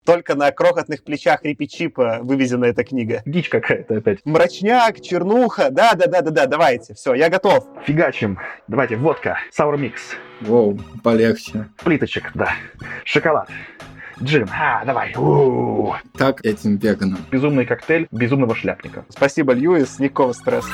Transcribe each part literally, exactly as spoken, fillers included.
Только на крохотных плечах Рипи-Чипа вывезена эта книга. Дичь какая-то опять. Мрачняк, чернуха. Да-да-да-да-да, давайте. Все, я готов. Фигачим. Давайте, водка, саур-микс. Воу, полегче. Плиточек, да. Шоколад. Джин, а, давай. У-у-у. Как этим веганам? Безумный коктейль безумного шляпника. Спасибо, Льюис, никакого стресса.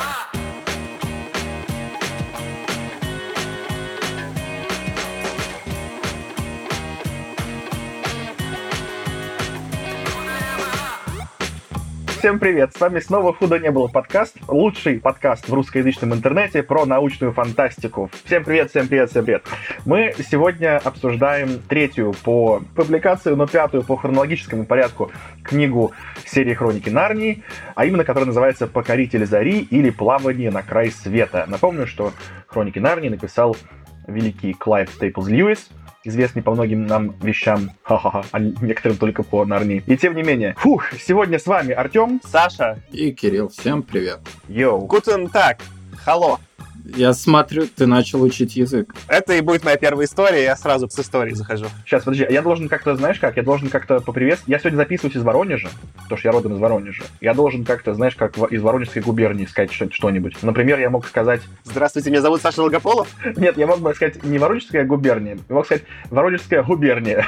Всем привет! С вами снова «Худо не было» подкаст. Лучший подкаст в русскоязычном интернете про научную фантастику. Всем привет, всем привет, всем привет! Мы сегодня обсуждаем третью по публикации, но пятую по хронологическому порядку книгу серии «Хроники Нарнии», а именно, которая называется «Покоритель зари» или «Плавание на край света». Напомню, что «Хроники Нарнии» написал великий Клайв Стейплз Льюис, известный по многим нам вещам, ха-ха-ха, а некоторым только по Нарнии. И тем не менее, фух, сегодня с вами Артем, Саша и Кирилл. Всем привет. Йоу. Гутен так, халло. Я смотрю, ты начал учить язык. Это и будет моя первая история, я сразу с историей захожу. Сейчас, подожди, я должен как-то, знаешь как, я должен как-то поприветствовать. Я сегодня записываюсь из Воронежа, потому что я родом из Воронежа. Я должен как-то, знаешь, как из Воронежской губернии сказать что-нибудь. Например, я мог сказать... Здравствуйте, меня зовут Саша Долгополов. Нет, я мог бы сказать не Воронежская губерния, я мог сказать Воронежская губерния.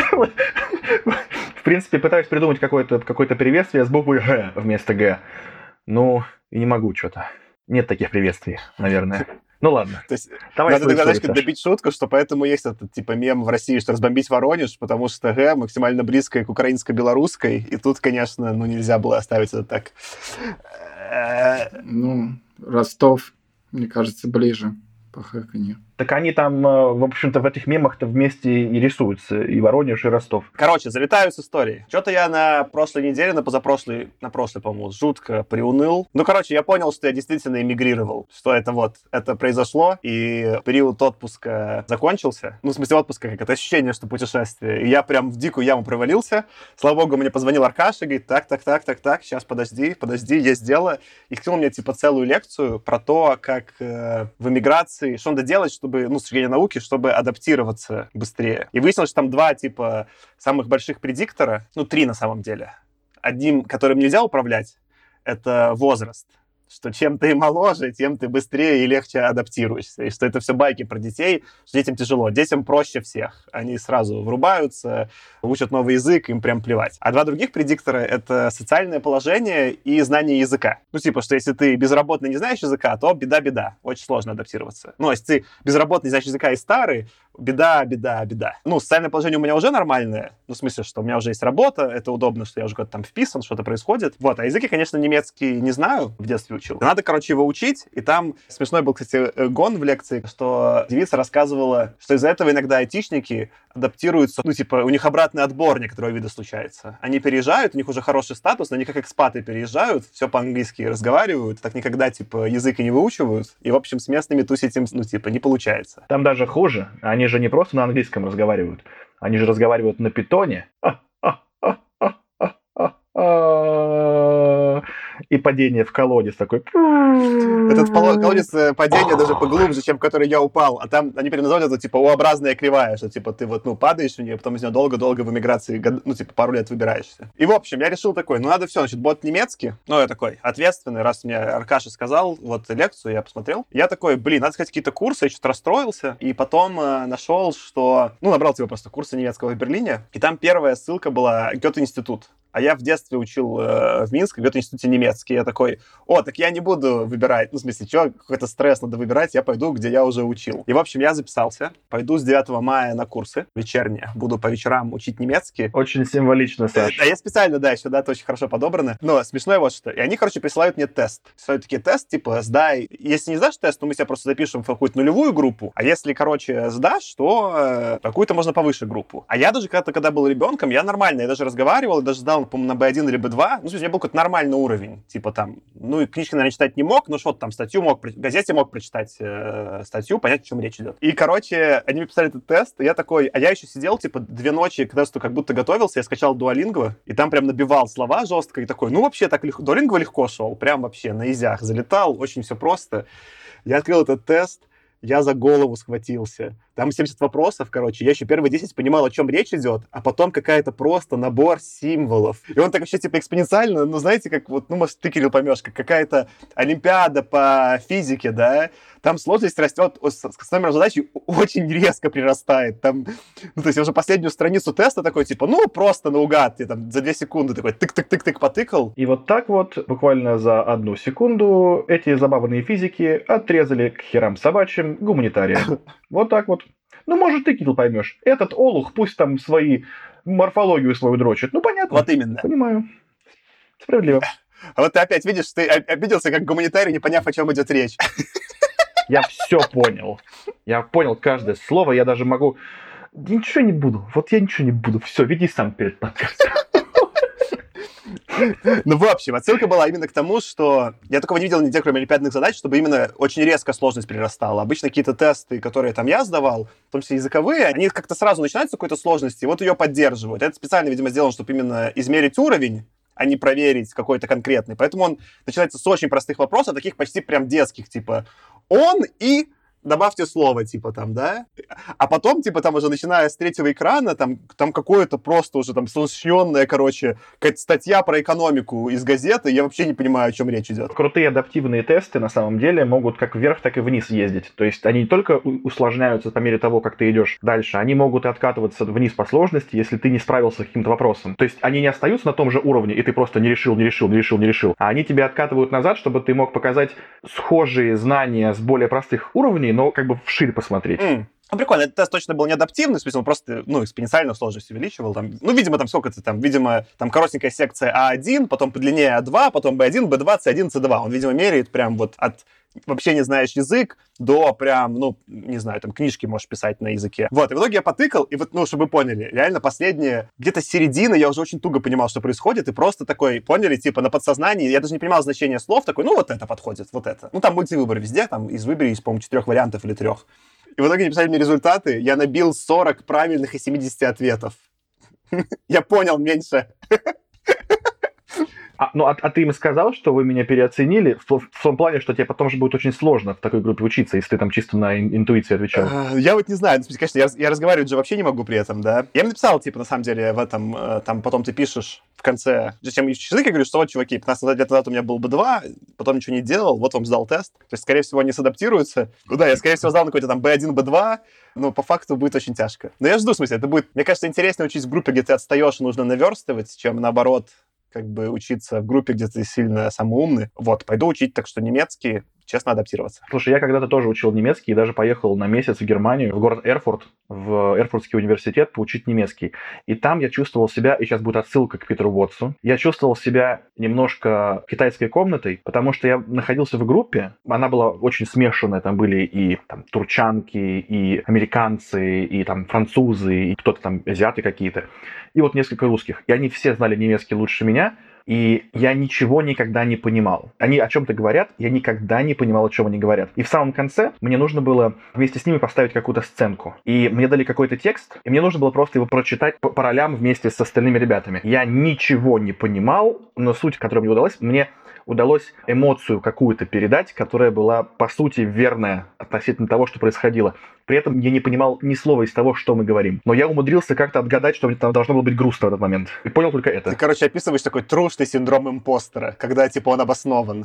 В принципе, пытаюсь придумать какое-то какое-то приветствие с буквой «Г» вместо «Г». Ну, и не могу что-то. Нет таких приветствий, наверное. Ну ладно. То есть давай надо тогда, знаешь, Саша. добить шутку, что поэтому есть этот типа мем в России, что разбомбить Воронеж, потому что Г максимально близкая к украинско-белорусской, и тут, конечно, ну нельзя было оставить это так. Ну, Ростов, мне кажется, ближе по хэканью. Так они там, в общем-то, в этих мемах-то вместе и рисуются, и Воронеж, и Ростов. Короче, залетаю с историей. Что-то я на прошлой неделе, на позапрошлой, на прошлой, по-моему, жутко приуныл. Ну, короче, я понял, что я действительно эмигрировал, что это вот, это произошло, и период отпуска закончился. Ну, в смысле отпуска, как это ощущение, что путешествие. И я прям в дикую яму провалился. Слава богу, мне позвонил Аркаша, говорит, так, так, так, так, так, сейчас подожди, подожди, есть дело. И кинул мне, типа, целую лекцию про то, как э, в эмиграции, что надо делать, чтобы чтобы, ну, с точки зрения науки, чтобы адаптироваться быстрее. И выяснилось, что там два, типа, самых больших предиктора, ну, три на самом деле. Одним, которым нельзя управлять, это возраст. Что чем ты моложе, тем ты быстрее и легче адаптируешься. И что это все байки про детей, что детям тяжело. Детям проще всех. Они сразу врубаются, учат новый язык, им прям плевать. А два других предиктора — это социальное положение и знание языка. Ну, типа, что если ты безработный, не знаешь языка, то беда-беда. Очень сложно адаптироваться. Ну, если ты безработный, не знаешь языка и старый, беда, беда, беда. Ну, социальное положение у меня уже нормальное. Ну, в смысле, что у меня уже есть работа, это удобно, что я уже куда-то там вписан, что-то происходит. Вот, а языки, конечно, немецкий не знаю, в детстве учил. Надо, короче, его учить. И там смешной был, кстати, гон в лекции, что девица рассказывала, что из-за этого иногда айтишники адаптируются, ну, типа, у них обратный отбор некоторого вида случается. Они переезжают, у них уже хороший статус, но они как экспаты переезжают, все по-английски разговаривают, так никогда, типа, язык и не выучивают. И, в общем, с местными тусить им, ну, типа, не получается. Там даже хуже. Они же не просто на английском разговаривают, они же разговаривают на питоне. И падение в колодец такой. Этот колодец падения даже поглубже, чем в который я упал. А там они переназывают это, типа, О-образная кривая, что, типа, ты вот, ну, падаешь в нее, потом из нее долго-долго в эмиграции, ну, типа, пару лет выбираешься. И, в общем, я решил такой, ну, надо все, значит, бот немецкий. Ну, я такой, ответственный, раз мне Аркаша сказал, вот, лекцию я посмотрел. Я такой, блин, надо сказать какие-то курсы, я что-то расстроился. И потом э, нашел, что... Ну, набрал, типа, просто курсы немецкого в Берлине. И там первая ссылка была Гёте-институт. А я в детстве учил э, в Минске, в Гёте-институте немецкий. Я такой, о, так я не буду выбирать. Ну, в смысле, что, какой-то стресс надо выбирать, я пойду, где я уже учил. И, в общем, я записался. Пойду с девятого мая на курсы вечерние. Буду по вечерам учить немецкий. Очень символично, Саш. А я специально, да, еще дата очень хорошо подобраны. Но смешное вот что. И они, короче, присылают мне тест. Присылают такие тест, типа, сдай. Если не сдашь тест, то мы тебя просто запишем в какую-то нулевую группу. А если, короче, сдашь, то э, какую-то можно повыше группу. А я даже когда-то, когда был ребенком, я нормально, я даже разговаривал, я даже сдал, по-моему, на би один или би два. Ну, в смысле, у меня был какой-то нормальный уровень. Типа там, ну, и книжки, наверное, читать не мог, но что-то там, статью мог, в газете мог прочитать э, статью, понять, о чем речь идет. И, короче, они мне писали этот тест, и я такой, а я еще сидел, типа, две ночи, когда что как будто готовился, я скачал Duolingo, и там прям набивал слова жестко, и такой, ну, вообще так легко, Duolingo легко шел, прям вообще на изях залетал, очень все просто. Я открыл этот тест, я за голову схватился. там семьдесят вопросов, короче. Я еще первые десять понимал, о чем речь идет, а потом какая-то просто набор символов. И он так вообще типа экспоненциально, ну, знаете, как вот, ну, может, ты, Кирилл, поймешь, как какая-то олимпиада по физике, да, там сложность растет, с, с номером задачи очень резко прирастает. Там, ну, то есть я уже последнюю страницу теста такой, типа, ну, просто наугад, ты там за две секунды такой тык-тык-тык-тык потыкал. И вот так вот, буквально за одну секунду, эти забавные физики отрезали к херам собачьим гуманитариям. Вот так вот. Ну, может, ты, Кирилл, поймешь. Этот олух пусть там свои морфологию свою дрочит. Ну, понятно. Вот именно. Понимаю. Справедливо. А вот ты опять видишь, ты обиделся как гуманитарий, не поняв, о чем идет речь. Я все понял. Я понял каждое слово. Я даже могу... Ничего не буду. Вот я ничего не буду. Все, веди сам перед подкастом. Ну, в общем, отсылка была именно к тому, что я такого не видел нигде, кроме олимпиадных задач, чтобы именно очень резко сложность прирастала. Обычно какие-то тесты, которые там я сдавал, в том числе языковые, они как-то сразу начинаются с какой-то сложности, и вот ее поддерживают. Это специально, видимо, сделано, чтобы именно измерить уровень, а не проверить какой-то конкретный. Поэтому он начинается с очень простых вопросов, таких почти прям детских, типа «он и...» добавьте слово, типа, там, да? А потом, типа, там уже начиная с третьего экрана, там, там какое-то просто уже там сочиненная, короче, какая-то статья про экономику из газеты, я вообще не понимаю, о чем речь идет. Крутые адаптивные тесты, на самом деле, могут как вверх, так и вниз ездить. То есть они не только усложняются по мере того, как ты идешь дальше, они могут и откатываться вниз по сложности, если ты не справился с каким-то вопросом. То есть они не остаются на том же уровне, и ты просто не решил, не решил, не решил, не решил, а они тебя откатывают назад, чтобы ты мог показать схожие знания с более простых уровней, но как бы вширь посмотреть. Mm. Ну, прикольно, этот тест точно был не адаптивный, в смысле, он просто, ну, экспоненциально сложность увеличивал. Там, ну, видимо, там сколько-то там, видимо, там коротенькая секция А один, потом подлиннее А два, потом Б один, Б два, С один, С два. Он, видимо, меряет прям вот от вообще не знаешь язык до прям, ну, не знаю, там книжки можешь писать на языке. Вот, и в итоге я потыкал, и вот, ну, чтобы вы поняли, реально последние, где-то середина, я уже очень туго понимал, что происходит, и просто такой, поняли, типа, на подсознании, я даже не понимал значения слов, такой, ну, вот это подходит, вот это. Ну, там мультивыбор везде, там из выбери, из, по-моему, четырех вариантов или трех. И в итоге написали мне результаты, я набил сорок правильных и семьдесят ответов. Я понял меньше. А, ну, а, а ты им сказал, что вы меня переоценили? В, в том плане, что тебе потом же будет очень сложно в такой группе учиться, если ты там чисто на ин- интуиции отвечал. Я вот не знаю. Конечно, я, я разговаривать же вообще не могу при этом, да. Я им написал, типа, на самом деле, в этом, там, потом ты пишешь в конце, зачем ищешь язык, я говорю, что вот, чуваки, пятнадцать лет назад у меня был Бэ два, потом ничего не делал, вот вам сдал тест. То есть, скорее всего, они садаптируются. Ну да, я, скорее всего, сдал на какой-то там Бэ один, Бэ два, но по факту будет очень тяжко. Но я жду, в смысле, это будет, мне кажется, интереснее учить в группе, где ты отстаешь и нужно наверстывать, чем наоборот, как бы учиться в группе, где ты сильно самый умный. Вот, пойду учить, так что немецкий, честно, адаптироваться. Слушай, я когда-то тоже учил немецкий и даже поехал на месяц в Германию, в город Эрфурт, в Эрфуртский университет поучить немецкий. И там я чувствовал себя, и сейчас будет отсылка к Питеру Уотсу, я чувствовал себя немножко китайской комнатой, потому что я находился в группе, она была очень смешанная, там были и там, турчанки, и американцы, и там французы, и кто-то там, азиаты какие-то, и вот несколько русских. И они все знали немецкий лучше меня, и я ничего никогда не понимал. Они о чем-то говорят, я никогда не понимал, о чем они говорят. И в самом конце мне нужно было вместе с ними поставить какую-то сценку. И мне дали какой-то текст, и мне нужно было просто его прочитать по, по ролям вместе с остальными ребятами. Я ничего не понимал, но суть, которая мне удалась, мне удалось эмоцию какую-то передать, которая была, по сути, верная относительно того, что происходило. При этом я не понимал ни слова из того, что мы говорим. Но я умудрился как-то отгадать, что мне там должно было быть грустно в этот момент. И понял только это. Ты, короче, описываешь такой трушный синдром импостера, когда, типа, он обоснован.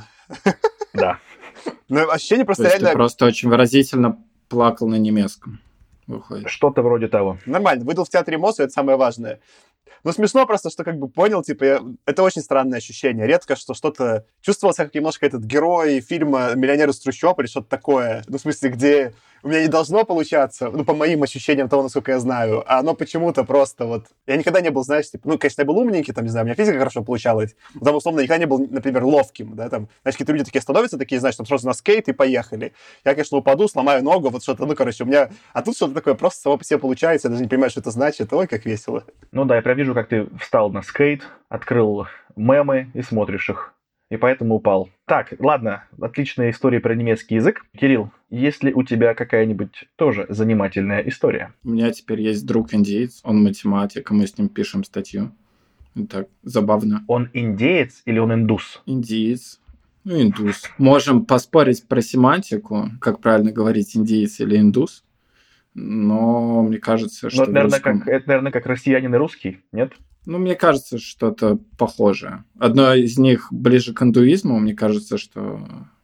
Да. Но ощущение просто То есть реально... ты просто очень выразительно плакал на немецком. Выходит. Что-то вроде того. Нормально, выдал в театре эмоцию, это самое важное. Ну, смешно просто, что как бы понял, типа, я... это очень странное ощущение. Редко, что что-то... Чувствовал себя как немножко этот герой фильма «Миллионер из трущоб» или что-то такое. Ну, в смысле, где у меня не должно получаться, ну, по моим ощущениям того, насколько я знаю, а оно почему-то просто вот... Я никогда не был, знаешь, типа... Ну, конечно, я был умненький, там, не знаю, у меня физика хорошо получалась. Но там, условно, никогда не был, например, ловким, да, там... Знаешь, какие-то люди такие становятся, такие, знаешь, там, сразу на скейт и поехали. Я, конечно, упаду, сломаю ногу, вот что-то, ну, короче, у меня... А тут что-то такое просто само по себе получается, я даже не понимаю, что это значит. Ой, как весело. Ну да, я прям вижу, как ты встал на скейт, открыл мемы и смотришь их. И поэтому упал. Так, ладно, отличная история про немецкий язык. Кирилл, есть ли у тебя какая-нибудь тоже занимательная история? У меня теперь есть друг индеец, он математик, и мы с ним пишем статью. Так, забавно. Он индеец или он индус? Индеец. Ну, индус. Можем поспорить про семантику, как правильно говорить, индеец или индус. но мне кажется, что... Но это, наверное, русском... как, это, наверное, как россиянин и русский, нет? Ну, мне кажется, что-то похожее. Одно из них ближе к индуизму. Мне кажется, что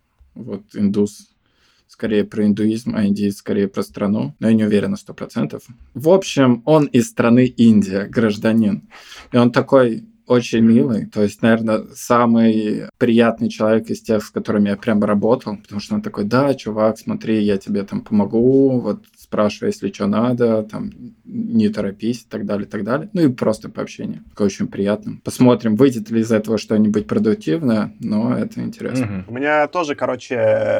вот индус скорее про индуизм, а индиец скорее про страну. Но я не уверен на сто процентов. В общем, он из страны Индия, гражданин. И он такой... очень милый, то есть, наверное, самый приятный человек из тех, с которыми я прям работал, потому что он такой: да, чувак, смотри, я тебе там помогу, вот спрашивай, если что надо, там, не торопись, и так далее, и так далее. Ну и просто по общению. Такой очень приятный. Посмотрим, выйдет ли из этого что-нибудь продуктивное, но это интересно. Mm-hmm. У меня тоже, короче,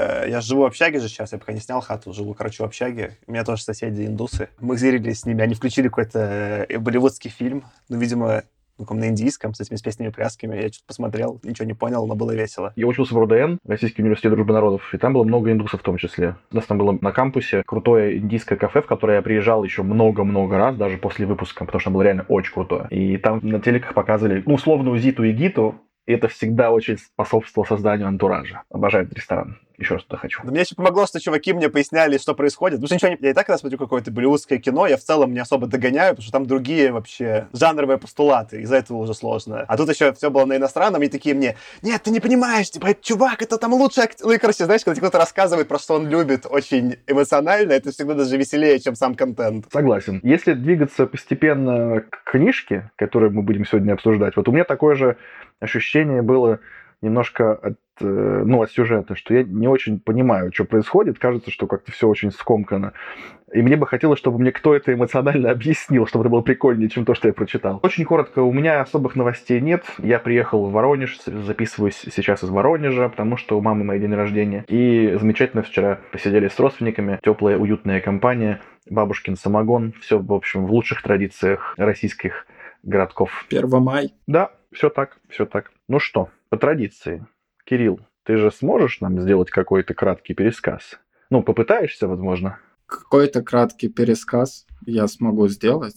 я живу в общаге же сейчас, я пока не снял хату, живу, короче, в общаге. У меня тоже соседи индусы. Мы зырились с ними, они включили какой-то болливудский фильм, ну, видимо, на индийском, с этими с песнями и плясками. Я что-то посмотрел, ничего не понял, но было весело. Я учился в РУДН, Российский университет дружбы народов, и там было много индусов в том числе. У нас там было на кампусе крутое индийское кафе, в которое я приезжал еще много-много раз, даже после выпуска, потому что оно было реально очень крутое. И там на телеках показывали, ну, условную Зиту и Гиту, и это всегда очень способствовало созданию антуража. Обожаю этот ресторан. Еще раз туда хочу. Да мне еще помогло, что чуваки мне поясняли, что происходит. Потому что ничего не... Я и так, когда смотрю какое-то болливудское кино, я в целом не особо догоняю, потому что там другие вообще жанровые постулаты. Из-за этого уже сложно. А тут еще все было на иностранном, и такие мне: нет, ты не понимаешь, типа, чувак, это там лучший актер. Ну и, короче, знаешь, когда кто-то рассказывает, про что он любит очень эмоционально, это всегда даже веселее, чем сам контент. Согласен. Если двигаться постепенно к книжке, которую мы будем сегодня обсуждать, вот у меня такое же ощущение было немножко от, ну, от сюжета, что я не очень понимаю, что происходит. Кажется, что как-то все очень скомкано. И мне бы хотелось, чтобы мне кто это эмоционально объяснил, чтобы это было прикольнее, чем то, что я прочитал. Очень коротко, у меня особых новостей нет. Я приехал в Воронеж, записываюсь сейчас из Воронежа, потому что у мамы мой день рождения. И замечательно вчера посидели с родственниками. Теплая, уютная компания. Бабушкин самогон. Все, в общем, в лучших традициях российских городков. первого мая. Да, все так, все так. Ну что, по традиции, Кирилл, ты же сможешь нам сделать какой-то краткий пересказ? Ну, попытаешься, возможно? Какой-то краткий пересказ я смогу сделать.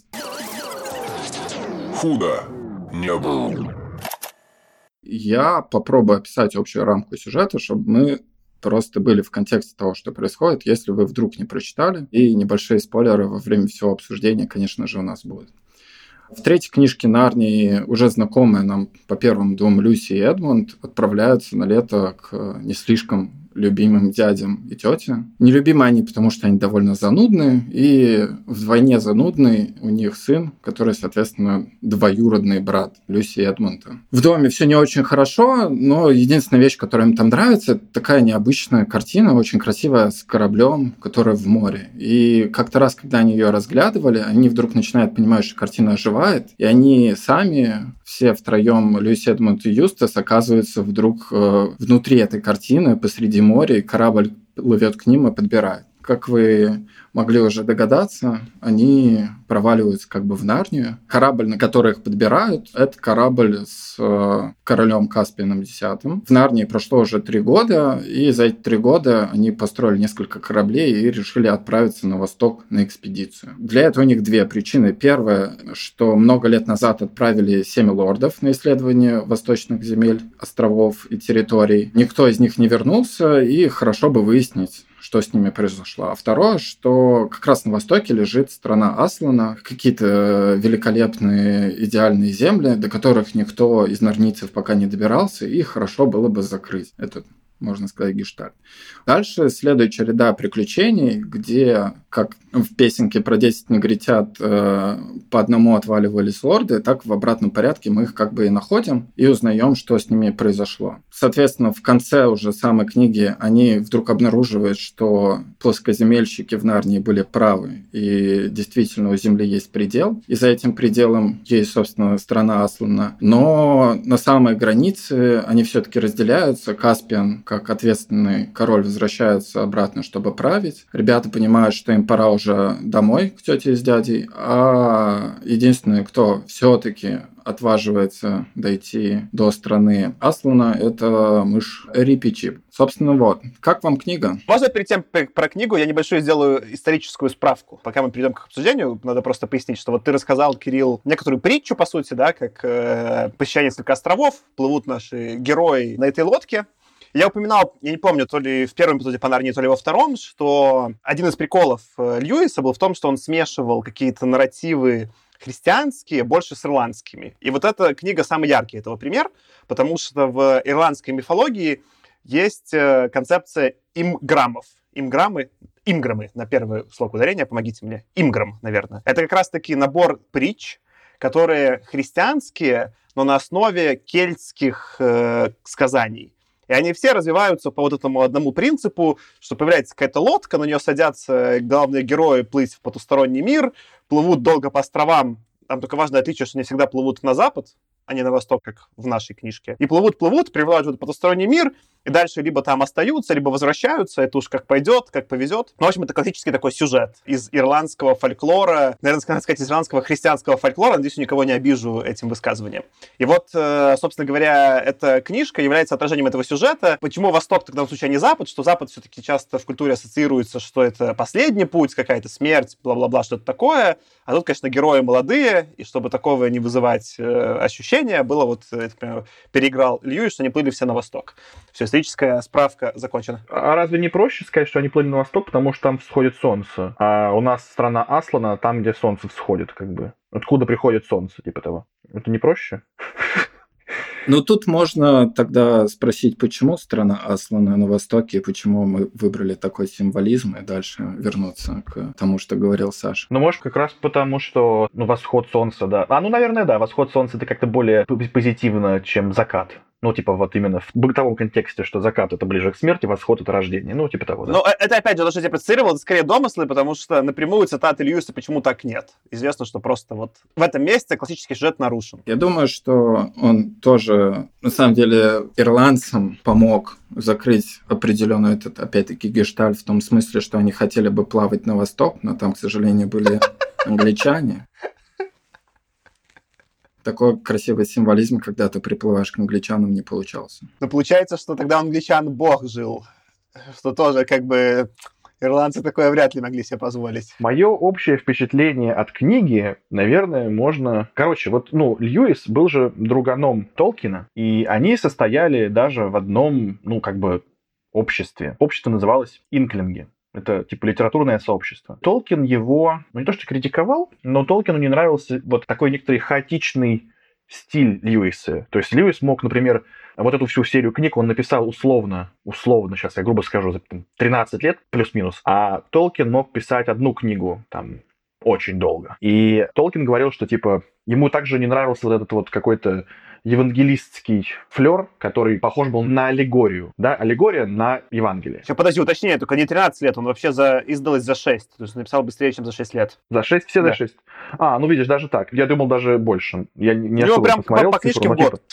Худо не было. Я попробую описать общую рамку сюжета, чтобы мы просто были в контексте того, что происходит, если вы вдруг не прочитали. И небольшие спойлеры во время всего обсуждения, конечно же, у нас будут. В третьей книжке Нарнии уже знакомые нам по первым двум Люси и Эдмунд отправляются на лето к не слишком любимым дядям и тете. Нелюбимы они, потому что они довольно занудные, и вдвойне занудный у них сын, который, соответственно, двоюродный брат Люси и Эдмунда. В доме все не очень хорошо, но единственная вещь, которая им там нравится, это такая необычная картина, очень красивая, с кораблем, который в море. И как-то раз, когда они ее разглядывали, они вдруг начинают понимать, что картина оживает, и они сами, все втроем, Люси, Эдмунд и Юстас, оказываются вдруг э, внутри этой картины, посреди моря, и корабль плывет к ним и подбирает. Как вы могли уже догадаться, они проваливаются как бы в Нарнию. Корабль, на который их подбирают, это корабль с э, королем Каспианом X. В Нарнии прошло уже три года, и за эти три года они построили несколько кораблей и решили отправиться на восток на экспедицию. Для этого у них две причины. Первая, что много лет назад отправили семь лордов на исследование восточных земель, островов и территорий. Никто из них не вернулся, и хорошо бы выяснить, что с ними произошло. А второе, что как раз на востоке лежит страна Аслана, какие-то великолепные идеальные земли, до которых никто из нарнийцев пока не добирался, и хорошо было бы закрыть этот, можно сказать, гештальт. Дальше следует череда приключений, где, как в песенке про десять негритят, э, по одному отваливались лорды, так в обратном порядке мы их как бы и находим и узнаем, что с ними произошло. Соответственно, в конце уже самой книги они вдруг обнаруживают, что плоскоземельщики в Нарнии были правы, и действительно у Земли есть предел, и за этим пределом есть, собственно, страна Аслана. Но на самой границе они все-таки разделяются. Каспиан, как ответственный король, возвращается обратно, чтобы править. Ребята понимают, что им пора уже домой к тете с дядей, а единственный, кто все-таки отваживается дойти до страны Аслана, это мышь Рипичи. Собственно, вот. Как вам книга? Можно перед тем про книгу я небольшую сделаю историческую справку. Пока мы перейдем к обсуждению, надо просто пояснить, что вот ты рассказал, Кирилл, некоторую притчу, по сути, да, как э, посещая несколько островов, плывут наши герои на этой лодке, Я упоминал, я не помню, то ли в первом эпизоде по Нарнии, то ли во втором, что один из приколов Льюиса был в том, что он смешивал какие-то нарративы христианские больше с ирландскими. И вот эта книга самый яркий этого пример, потому что в ирландской мифологии есть концепция имграммов. Имграммы, имграммы, на первый слог ударения, помогите мне. Имграм, наверное. Это как раз-таки набор притч, которые христианские, но на основе кельтских э, сказаний. И они все развиваются по вот этому одному принципу, что появляется какая-то лодка, на нее садятся главные герои плыть в потусторонний мир, плывут долго по островам. Там только важное отличие, что они всегда плывут на запад, а не на восток, как в нашей книжке. И плывут-плывут, прибывают в этот потусторонний мир, и дальше либо там остаются, либо возвращаются. Это уж как пойдет, как повезет. Ну, в общем, это классический такой сюжет из ирландского фольклора, наверное, надо сказать, из ирландского христианского фольклора. Надеюсь, никого не обижу этим высказыванием. И вот, собственно говоря, эта книжка является отражением этого сюжета. Почему Восток тогда в случае, а не Запад? Что Запад все-таки часто в культуре ассоциируется, что это последний путь, какая-то смерть, бла-бла-бла, что-то такое. А тут, конечно, герои молодые, и чтобы такого не вызывать э, ощущения, было вот, например, переиграл Льюис, что они плыли все на восток. Все, историческая справка закончена. А разве не проще сказать, что они плыли на восток, потому что там всходит солнце? А у нас страна Аслана, там, где солнце всходит, как бы. Откуда приходит солнце, типа того. Это не проще? Ну, тут можно тогда спросить, почему страна Аслана на Востоке, и почему мы выбрали такой символизм, и дальше вернуться к тому, что говорил Саша. Ну, может, как раз потому, что ну, восход солнца, да. А, ну, наверное, да, восход солнца — это как-то более позитивно, чем закат. Ну, типа, вот именно в бытовом контексте, что закат — это ближе к смерти, восход — это рождение. Ну, типа того, да. Но это, опять же, то, что я процитировал, это скорее домыслы, потому что напрямую цитаты Льюиса почему так нет. Известно, что просто вот в этом месте классический сюжет нарушен. Я думаю, что он тоже, на самом деле, ирландцам помог закрыть определенный этот, опять-таки, гештальт в том смысле, что они хотели бы плавать на восток, но там, к сожалению, были англичане. Такой красивый символизм, когда ты приплываешь к англичанам, не получался. Но получается, что тогда у англичан Бог жил, что тоже как бы ирландцы такое вряд ли могли себе позволить. Мое общее впечатление от книги, наверное, можно... Короче, вот, ну, Льюис был же друганом Толкина, и они состояли даже в одном, ну, как бы, обществе. Общество называлось «Инклинги». Это, типа, литературное сообщество. Толкин его, ну, не то что критиковал, но Толкину не нравился вот такой некоторый хаотичный стиль Льюиса. То есть Льюис мог, например, вот эту всю серию книг он написал условно, условно, сейчас я грубо скажу, за тринадцать лет плюс-минус, а Толкин мог писать одну книгу, там, очень долго. И Толкин говорил, что, типа, ему также не нравился вот этот вот какой-то евангелистский флер, который похож был на аллегорию. Да, аллегория на Евангелие. Сейчас, подожди, уточнее, только не тринадцать лет, он вообще за... издалось за шесть. То есть написал быстрее, чем за шесть лет. За шесть? Все да. за шесть? А, ну видишь, даже так. Я думал даже больше. Я не особо прям посмотрел. По, по книжке в год.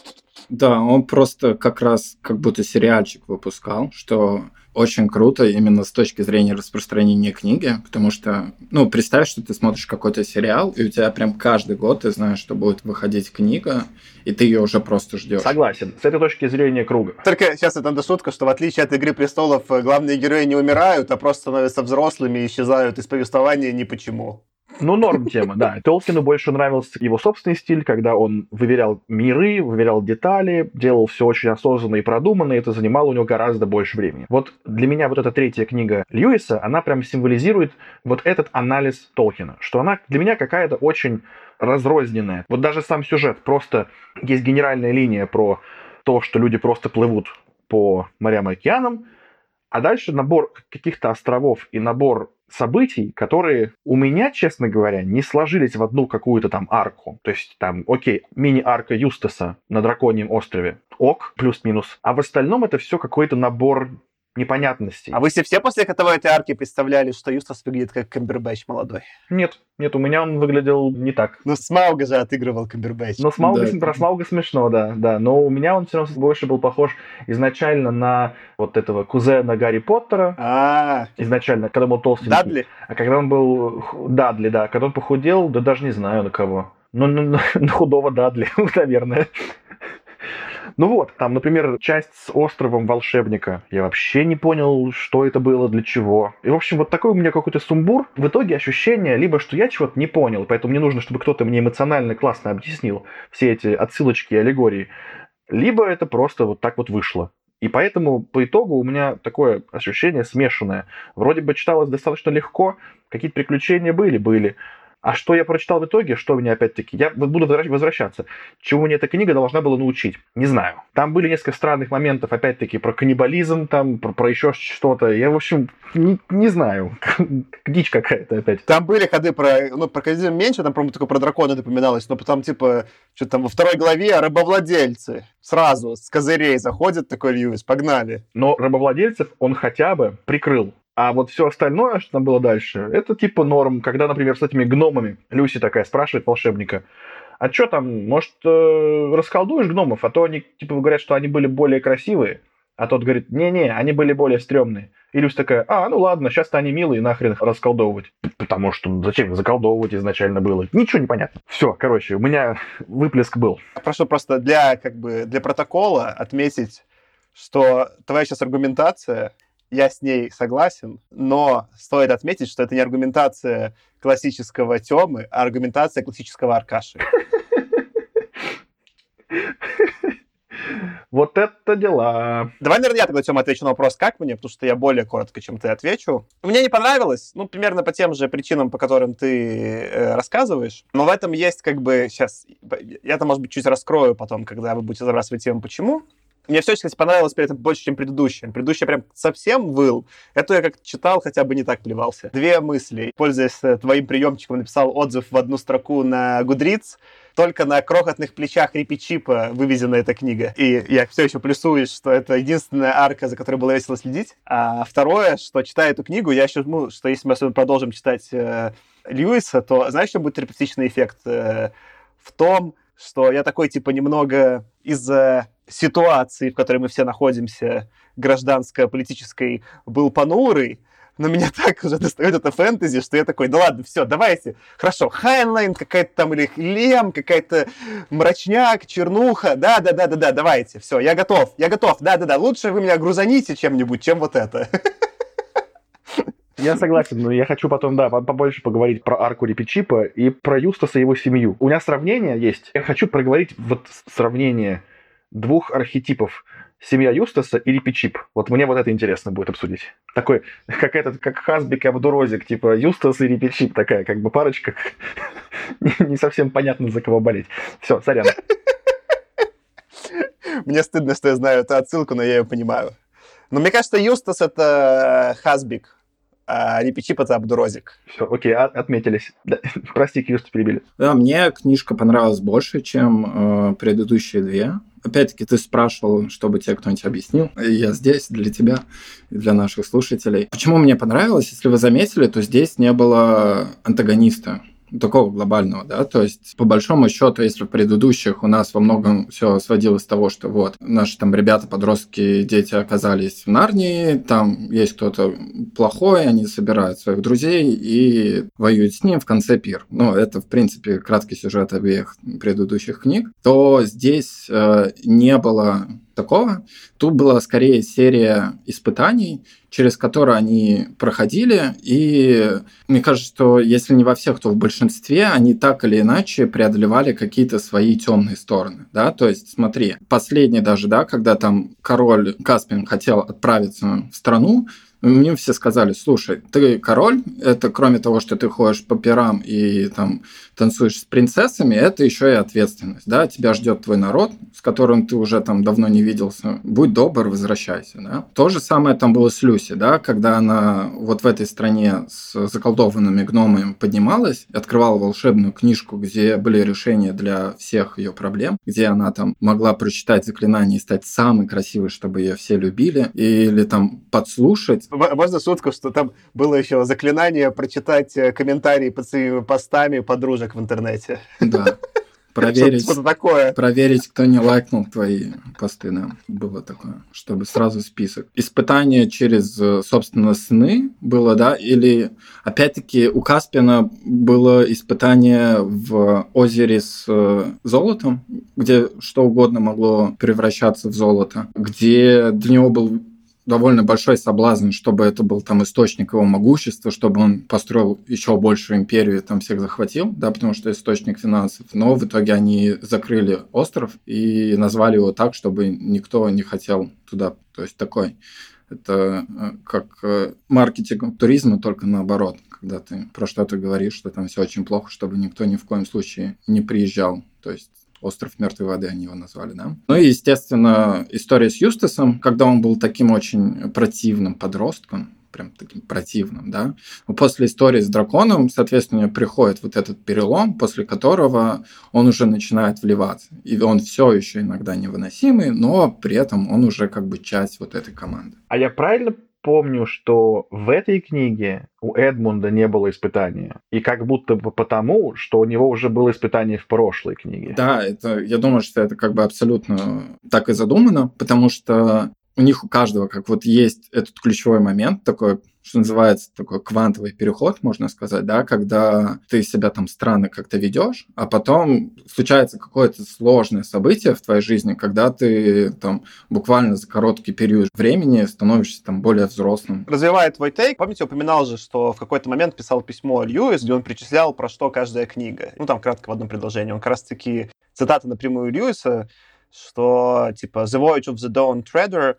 Да, он просто как раз как будто сериальчик выпускал, что очень круто именно с точки зрения распространения книги, потому что, ну, представь, что ты смотришь какой-то сериал, и у тебя прям каждый год ты знаешь, что будет выходить книга, и ты ее уже просто ждешь. Согласен, с этой точки зрения круга. Только сейчас это надо шутка, что в отличие от «Игры престолов» главные герои не умирают, а просто становятся взрослыми и исчезают из повествования ни почему. Ну, норм тема, да. Толкину больше нравился его собственный стиль, когда он выверял миры, выверял детали, делал все очень осознанно и продуманно, и это занимало у него гораздо больше времени. Вот для меня вот эта третья книга Льюиса, она прям символизирует вот этот анализ Толкина, что она для меня какая-то очень разрозненная. Вот даже сам сюжет, просто есть генеральная линия про то, что люди просто плывут по морям и океанам, а дальше набор каких-то островов и набор событий, которые у меня, честно говоря, не сложились в одну какую-то там арку. То есть там, окей, мини-арка Юстаса на Драконьем острове. Ок, плюс-минус. А в остальном это все какой-то набор непонятностей. А вы себе все после этого этой арки представляли, что Юстас выглядит как Камбербэтч молодой? Нет, нет, у меня он выглядел не так. Ну, Смауга же отыгрывал Камбербэтч. Ну, Смауга, да. Про Смауга смешно, да, да. Но у меня он все равно больше был похож изначально на вот этого кузена Гарри Поттера. А, изначально, когда он был толстенький. Дадли? А когда он был... Дадли, да. Когда он похудел, да даже не знаю на кого. Ну, на, на худого Дадли, наверное. Ну вот, там, например, часть с островом волшебника. Я вообще не понял, что это было, для чего. И, в общем, вот такой у меня какой-то сумбур. В итоге ощущение, либо что я чего-то не понял, поэтому мне нужно, чтобы кто-то мне эмоционально классно объяснил все эти отсылочки и аллегории, либо это просто вот так вот вышло. И поэтому по итогу у меня такое ощущение смешанное. Вроде бы читалось достаточно легко, какие-то приключения были, были. А что я прочитал в итоге, что меня опять-таки... Я буду возвращаться. Чему мне эта книга должна была научить? Не знаю. Там были несколько странных моментов, опять-таки, про каннибализм, там, про, про еще что-то. Я, в общем, не, не знаю. Дичь какая-то опять. Там были ходы про... Ну, про каннибализм меньше, там, по-моему, только про дракона напоминалось, но потом, типа, что-то там во второй главе рабовладельцы. Сразу с козырей заходит такой Льюис. Погнали. Но рабовладельцев он хотя бы прикрыл. А вот все остальное, что там было дальше, это типа норм. Когда, например, с этими гномами Люси такая спрашивает волшебника, а что там, может, э, расколдуешь гномов? А то они, типа, говорят, что они были более красивые. А тот говорит, не-не, они были более стрёмные. И Люси такая, а, ну ладно, сейчас-то они милые, нахрен их расколдовывать. Потому что ну, зачем их заколдовывать изначально было? Ничего не понятно. Все, короче, у меня выплеск был. Прошу просто для, как бы, для протокола отметить, что твоя сейчас аргументация... Я с ней согласен, но стоит отметить, что это не аргументация классического Тёмы, а аргументация классического Аркаши. Вот это дела. Давай, наверное, я тогда, Тёма, отвечу на вопрос, как мне, потому что я более коротко, чем ты, отвечу. Мне не понравилось, ну, примерно по тем же причинам, по которым ты э, рассказываешь, но в этом есть, как бы, сейчас, я это, может быть, чуть раскрою потом, когда вы будете забрасывать тему «почему». Мне все, кстати, понравилось при этом больше, чем предыдущее. Предыдущее прям совсем выл. Это я как читал, хотя бы не так плевался. Две мысли. Пользуясь твоим приемчиком, написал отзыв в одну строку на Goodreads. Только на крохотных плечах Рипи Чипа вывезена эта книга. И я все еще плюсую, что это единственная арка, за которой было весело следить. А второе, что читая эту книгу, я еще думаю, что если мы особенно продолжим читать э, Льюиса, то знаешь, что будет терапевтичный эффект? Э, в том, что я такой, типа, немного из-за ситуации, в которой мы все находимся, гражданско-политической, был понурый, но меня так уже достает это фэнтези, что я такой, да ладно, все, давайте, хорошо, Хайнлайн какая-то там, или Лем, какая-то мрачняк, чернуха, да-да-да-да-да, давайте, все, я готов, я готов, да-да-да, лучше вы меня грузаните чем-нибудь, чем вот это. Я согласен, но я хочу потом, да, побольше поговорить про арку Рипи Чипа и про Юстаса и его семью. У меня сравнение есть. Я хочу проговорить вот сравнение двух архетипов. Семья Юстаса и Рипи Чип. Вот мне вот это интересно будет обсудить. Такой, как этот, как Хасбик и Абдурозик, типа Юстас и Рипи Чип, такая как бы парочка. Не совсем понятно, за кого болеть. Все, сорян. Мне стыдно, что я знаю эту отсылку, но я ее понимаю. Но мне кажется, Юстас — это Хасбик, а Рипи Чип — это Абдурозик. Все, окей, отметились. Да, прости, Юстас перебили. Да, мне книжка понравилась больше, чем э, предыдущие две. Опять-таки, ты спрашивал, чтобы тебе кто-нибудь объяснил. Я здесь для тебя и для наших слушателей. Почему мне понравилось? Если вы заметили, то здесь не было антагониста. Такого глобального, да, то есть по большому счету, если в предыдущих у нас во многом все сводилось с того, что вот наши там ребята, подростки, дети оказались в Нарнии, там есть кто-то плохой, они собирают своих друзей и воюют с ним, в конце пир. Ну, это, в принципе, краткий сюжет обеих предыдущих книг. То здесь э, не было такого. Тут была скорее серия испытаний, через которые они проходили, и мне кажется, что если не во всех, то в большинстве они так или иначе преодолевали какие-то свои темные стороны, да, то есть смотри, последний даже, да, когда там король Каспиан хотел отправиться в страну, мне все сказали, слушай, ты король, это кроме того, что ты ходишь по пирам и там танцуешь с принцессами, это еще и ответственность, да, тебя ждет твой народ, с которым ты уже там давно не виделся, будь добр, возвращайся, да. То же самое там было с Люси, да, когда она вот в этой стране с заколдованными гномами поднималась, открывала волшебную книжку, где были решения для всех ее проблем, где она там могла прочитать заклинания и стать самой красивой, чтобы ее все любили, или там подслушать. Можно шутку, что там было еще заклинание прочитать комментарии под своими постами подружек в интернете. Да. Проверить, что-то такое. Проверить, кто не лайкнул твои посты, да, было такое, чтобы сразу список. Испытание через, собственно, сны было, да, или, опять-таки, у Каспиана было испытание в озере с золотом, где что угодно могло превращаться в золото, где для него был довольно большой соблазн, чтобы это был там источник его могущества, чтобы он построил еще большую империю и там всех захватил, да, потому что источник финансов. Но в итоге они закрыли остров и назвали его так, чтобы никто не хотел туда. То есть такой... Это как маркетинг туризма, только наоборот, когда ты про что-то говоришь, что там все очень плохо, чтобы никто ни в коем случае не приезжал. То есть остров мертвой воды они его назвали, да? Ну и, естественно, история с Юстасом, когда он был таким очень противным подростком, прям таким противным, да. После истории с драконом, соответственно, приходит вот этот перелом, после которого он уже начинает вливаться. И он все еще иногда невыносимый, но при этом он уже как бы часть вот этой команды. А я правильно помню, что в этой книге у Эдмунда не было испытания? И как будто бы потому, что у него уже было испытание в прошлой книге. Да, это, я думаю, что это как бы абсолютно так и задумано, потому что у них у каждого как вот есть этот ключевой момент, такой, что называется, такой квантовый переход, можно сказать, да, когда ты себя там странно как-то ведешь, а потом случается какое-то сложное событие в твоей жизни, когда ты там буквально за короткий период времени становишься там более взрослым. Развивая твой тейк, помните, упоминал же, что в какой-то момент писал письмо Льюис, где он перечислял, про что каждая книга. Ну, там кратко в одном предложении. Он как раз-таки, цитата напрямую Льюиса, что, типа, «The Voyage of the Dawn Treader,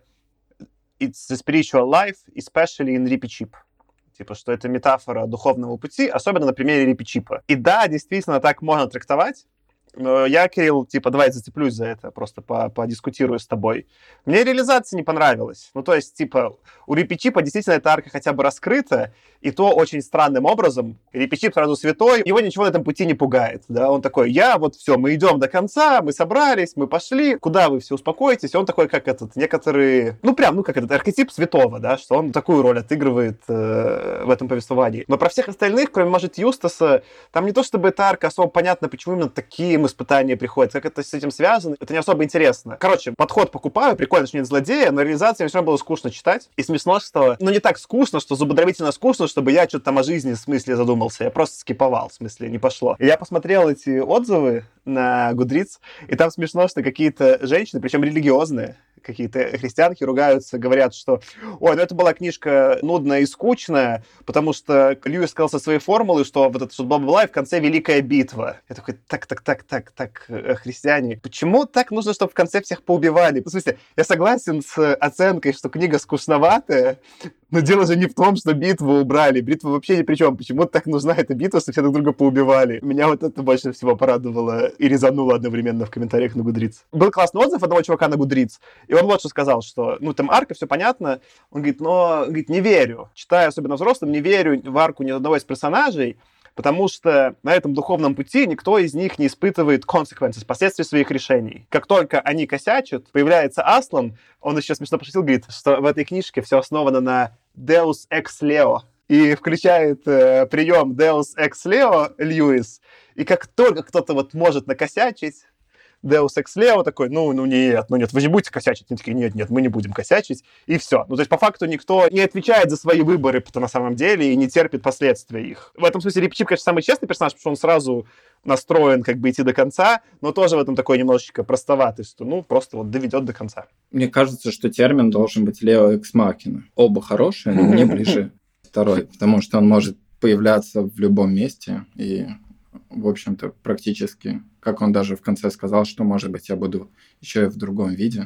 it's the spiritual life, especially in Рипи-Чип». Типа, что это метафора духовного пути, особенно на примере Рипи-Чипа. И да, действительно, так можно трактовать. Но я, Кирилл, типа, давай зацеплюсь за это, просто подискутирую с тобой. Мне реализация не понравилась. Ну, то есть, типа, у Рипи-Чипа действительно эта арка хотя бы раскрыта, и то очень странным образом. Рипи-Чип сразу святой, его ничего на этом пути не пугает, да, он такой, я вот все, мы идем до конца, мы собрались, мы пошли, куда вы все успокоитесь, он такой, как этот, некоторые, ну, прям, ну, как этот архетип святого, да, что он такую роль отыгрывает э, в этом повествовании. Но про всех остальных, кроме, может, Юстаса, там не то, чтобы эта арка особо понятно, почему именно такие испытания приходят, как это с этим связано, это не особо интересно. Короче, подход покупаю, прикольно, что нет злодея, но реализация мне все равно было скучно читать, и смешно стало, ну, не так скучно, что зубодробительно скучно, чтобы я что-то там о жизни в смысле задумался, я просто скиповал, в смысле, не пошло. И я посмотрел эти отзывы на Goodreads, и там смешно, что какие-то женщины, причем религиозные, какие-то христианки ругаются, говорят, что ой, ну это была книжка нудная и скучная, потому что Льюис сказал со своей формулой, что вот это бла-бла-бла, и в конце великая битва. Я такой, так, так, так, так, так, христиане, почему так нужно, чтобы в конце всех поубивали? В смысле, я согласен с оценкой, что книга скучноватая, но дело же не в том, что битву убрали. Битва вообще ни при чем. Почему так нужна эта битва, что все друг друга поубивали? Меня вот это больше всего порадовало и резануло одновременно в комментариях на Goodreads. Был классный отзыв одного чувака на Goodreads, и он вот что сказал, что, ну, там арка, все понятно. Он говорит, но, говорит, не верю. Читая, особенно взрослым, не верю в арку ни одного из персонажей, потому что на этом духовном пути никто из них не испытывает consequences, последствий своих решений. Как только они косячат, появляется Аслан, он еще смешно пошутил, говорит, что в этой книжке все основано на Deus Ex Leo, и включает э, прием Deus Ex Leo Льюис, и как только кто-то вот может накосячить, Deus Ex Leo такой, ну, ну нет, ну нет, вы не будете косячить. Они такие, нет, нет, мы не будем косячить, и все. Ну, то есть, по факту, никто не отвечает за свои выборы на самом деле и не терпит последствия их. В этом смысле Рипи-Чип, конечно, самый честный персонаж, потому что он сразу настроен как бы идти до конца, но тоже в этом такой немножечко простоватый, что, ну, просто вот доведет до конца. Мне кажется, что термин должен быть Leo Ex Machina. Оба хорошие, но мне ближе второй, потому что он может появляться в любом месте и, в общем-то, практически, как он даже в конце сказал, что, может быть, я буду еще и в другом виде,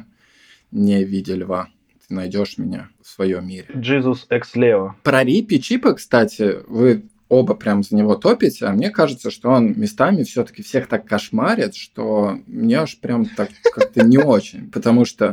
не в виде льва. Ты найдешь меня в своем мире. Jesus Ex Leo. Про Рипи-Чипа, кстати, вы оба прям за него топите, а мне кажется, что он местами все-таки всех так кошмарит, что мне аж прям так как-то не очень, потому что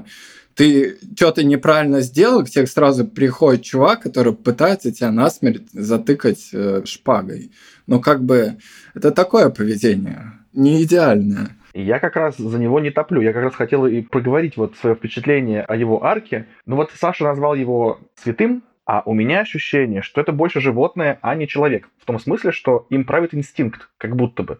ты что-то неправильно сделал, к тебе сразу приходит чувак, который пытается тебя насмерть затыкать э, шпагой. Но как бы это такое поведение, не идеальное. Я как раз за него не топлю. Я как раз хотел и проговорить вот свое впечатление о его арке. Ну вот Саша назвал его святым, а у меня ощущение, что это больше животное, а не человек. В том смысле, что им правит инстинкт, как будто бы.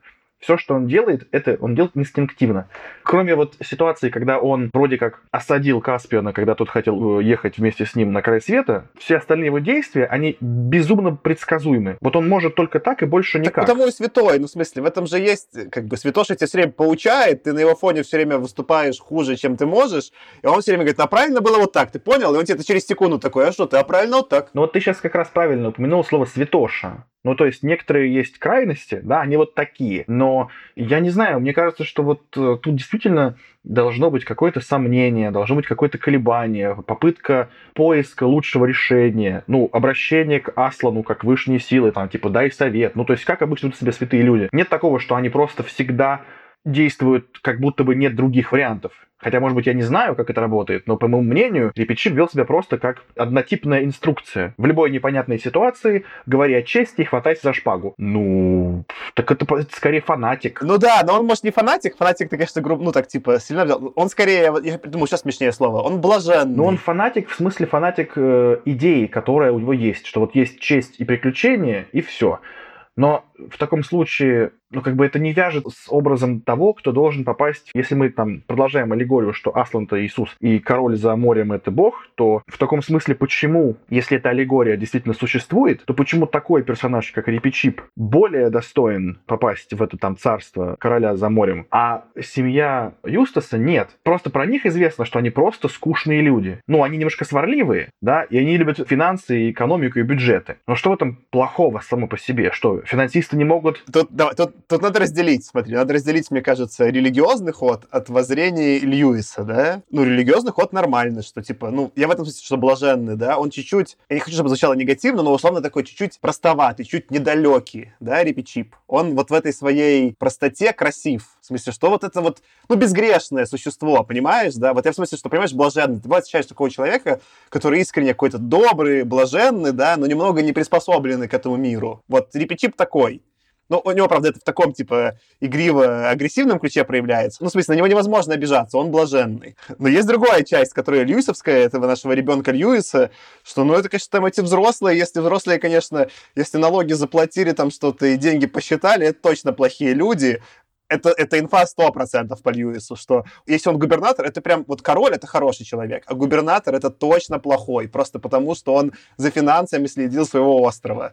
Все, что он делает, это он делает инстинктивно. Кроме вот ситуации, когда он вроде как осадил Каспиана, когда тот хотел ехать вместе с ним на край света, все остальные его действия, они безумно предсказуемы. Вот он может только так и больше никак. Так потому и святой, ну в смысле, в этом же есть, как бы, святоша тебя все время поучает, ты на его фоне все время выступаешь хуже, чем ты можешь, и он все время говорит, а правильно было вот так, ты понял? И он тебе через секунду такой, а что ты, а правильно вот так. Ну вот ты сейчас как раз правильно упомянул слово «святоша». Ну, то есть некоторые есть крайности, да, они вот такие. Но я не знаю, мне кажется, что вот э, тут действительно должно быть какое-то сомнение, должно быть какое-то колебание, попытка поиска лучшего решения, ну, обращение к Аслану как высшей силы, там, типа, дай совет. Ну, то есть как обычно ведут себя святые люди. Нет такого, что они просто всегда действуют, как будто бы нет других вариантов. Хотя, может быть, я не знаю, как это работает, но, по моему мнению, Репетчип вел себя просто как однотипная инструкция. В любой непонятной ситуации говори о чести и хватайся за шпагу. Ну, так это, это скорее фанатик. Ну да, но он, может, не фанатик. Фанатик-то, конечно, грубо, ну так, типа, сильно взял. Он скорее, я думаю, сейчас смешнее слово, он блаженный. Но он фанатик, в смысле фанатик э, идеи, которая у него есть. Что вот есть честь и приключения, и все. Но в таком случае, ну, как бы это не вяжет с образом того, кто должен попасть. Если мы там продолжаем аллегорию, что Аслан-то Иисус и король за морем — это Бог, то в таком смысле почему, если эта аллегория действительно существует, то почему такой персонаж, как Репетчип, более достоин попасть в это там царство короля за морем, а семья Юстаса нет. Просто про них известно, что они просто скучные люди. Ну, они немножко сварливые, да, и они любят финансы, экономику и бюджеты. Но что в этом плохого само по себе? Что финансисты не могут... Тут, давай, тут, тут надо разделить, смотри, надо разделить, мне кажется, религиозный ход от воззрений Льюиса, да? Ну, религиозный ход нормальный, что, типа, ну, я в этом смысле, что блаженный, да? Он чуть-чуть, я не хочу, чтобы звучало негативно, но, условно, такой чуть-чуть простоватый, чуть недалекий, да, Репетчип. Он вот в этой своей простоте красив. В смысле, что вот это вот, ну, безгрешное существо, понимаешь, да? Вот я в смысле, что, понимаешь, блаженный. Ты встречаешь такого человека, который искренне какой-то добрый, блаженный, да, но немного не приспособленный к этому миру. Вот Репетчип такой. Ну, у него, правда, это в таком, типа, игриво-агрессивном ключе проявляется. Ну, в смысле, на него невозможно обижаться, он блаженный. Но есть другая часть, которая льюисовская, этого нашего ребенка Льюиса, что, ну, это, конечно, там эти взрослые, если взрослые, конечно, если налоги заплатили, там что-то и деньги посчитали, это точно плохие люди. Это, это инфа сто процентов по Льюису, что если он губернатор, это прям, вот король — это хороший человек, а губернатор — это точно плохой, просто потому, что он за финансами следил своего острова.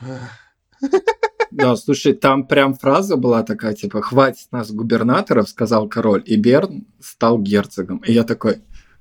Да, слушай, там прям фраза была такая, типа, «Хватит нас губернаторов», сказал король, и Берн стал герцогом. И я такой,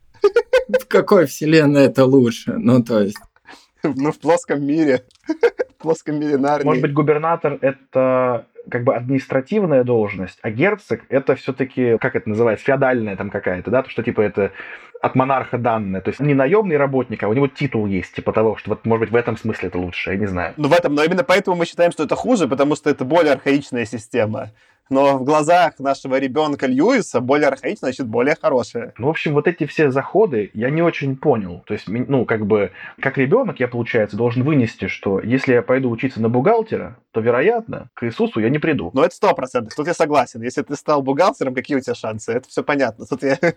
в какой вселенной это лучше? Ну, то есть... Ну, в плоском мире. В плоском мире Нарнии. Может быть, губернатор — это как бы административная должность, а герцог — это все-таки, как это называется, феодальная там какая-то, да, то, что типа это от монарха данное. То есть не наемный работник, а у него титул есть, типа того, что вот, может быть, в этом смысле это лучше, я не знаю. Ну, в этом, но именно поэтому мы считаем, что это хуже, потому что это более архаичная система. Но в глазах нашего ребенка Льюиса более архаичная, значит, более хорошая. Ну, в общем, вот эти все заходы я не очень понял. То есть, ну, как бы, как ребенок я, получается, должен вынести, что если я пойду учиться на бухгалтера, то, вероятно, к Иисусу я не приду. Ну, это сто процентов. Тут я согласен. Если ты стал бухгалтером, какие у тебя шансы? Это все понятно. Тут я...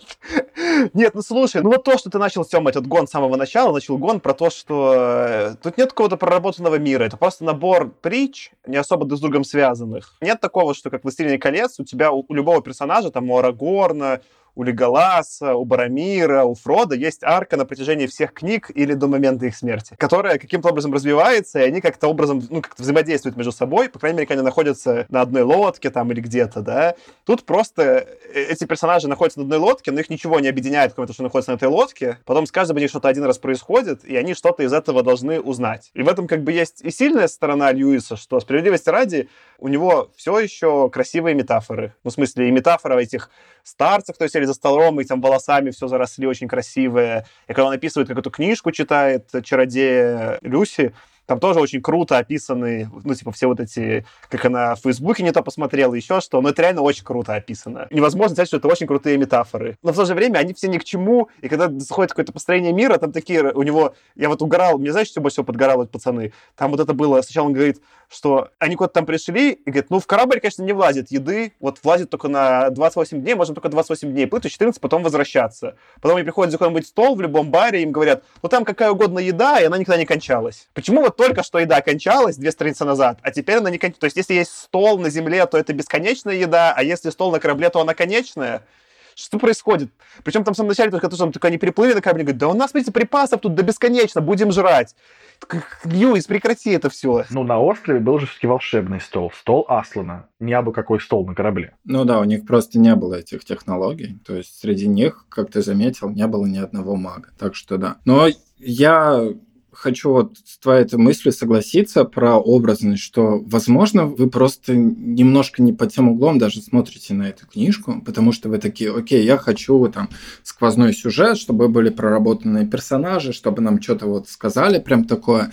Нет, ну, слушай, ну, вот то, что ты начал, Тёма, этот гон с самого начала, начал гон про то, что тут нет какого-то проработанного мира. Это просто набор притч, не особо друг с другом связанных. Нет такого, что, как в «Властелине колец», у тебя, у, у любого персонажа, там, у Арагорна, у Леголаса, у Боромира, у Фрода есть арка на протяжении всех книг или до момента их смерти, которая каким-то образом развивается, и они как-то образом, ну, как-то взаимодействуют между собой, по крайней мере, когда они находятся на одной лодке там или где-то, да. Тут просто эти персонажи находятся на одной лодке, но их ничего не объединяет, кроме того, что находятся на этой лодке. Потом с каждым из них что-то один раз происходит, и они что-то из этого должны узнать. И в этом как бы есть и сильная сторона Льюиса, что, справедливости ради, у него все еще красивые метафоры. Ну, в смысле, и метафора этих старцев, кто сели за столом, и там волосами все заросли, очень красивые. И когда он описывает, как эту книжку читает чародея Люси, там тоже очень круто описаны, ну, типа, все вот эти, как она в Фейсбуке не то посмотрела, еще что, но это реально очень круто описано. Невозможно сказать, что это очень крутые метафоры. Но в то же время они все ни к чему, и когда заходит какое-то построение мира, там такие, у него, я вот угорал, мне знаешь, что больше всего подгорало, пацаны? Там вот это было, сначала он говорит, что они куда-то там пришли, и говорит, ну, в корабль, конечно, не влазит еды, вот влазит только на двадцать восемь дней, можно только двадцать восемь дней плыть, и четырнадцать потом возвращаться. Потом они приходят за какой-нибудь стол в любом баре, и им говорят, ну, там какая угодно еда, и она никогда не кончалась. Почему вот только что еда кончалась две страницы назад, а теперь она не кончается. То есть если есть стол на земле, то это бесконечная еда, а если стол на корабле, то она конечная. Что происходит? Причем там в самом начале только, только они приплыли на корабле, говорят, да у нас, смотрите, припасов тут до бесконечно, будем жрать. Льюис, прекрати это все. Ну, на острове был же все-таки волшебный стол. Стол Аслана. Не абы какой стол на корабле. Ну да, у них просто не было этих технологий. То есть среди них, как ты заметил, не было ни одного мага. Так что да. Но я хочу вот с твоей этой мыслью согласиться про образность, что, возможно, вы просто немножко не под тем углом даже смотрите на эту книжку, потому что вы такие, окей, я хочу там сквозной сюжет, чтобы были проработанные персонажи, чтобы нам что-то вот сказали прям такое.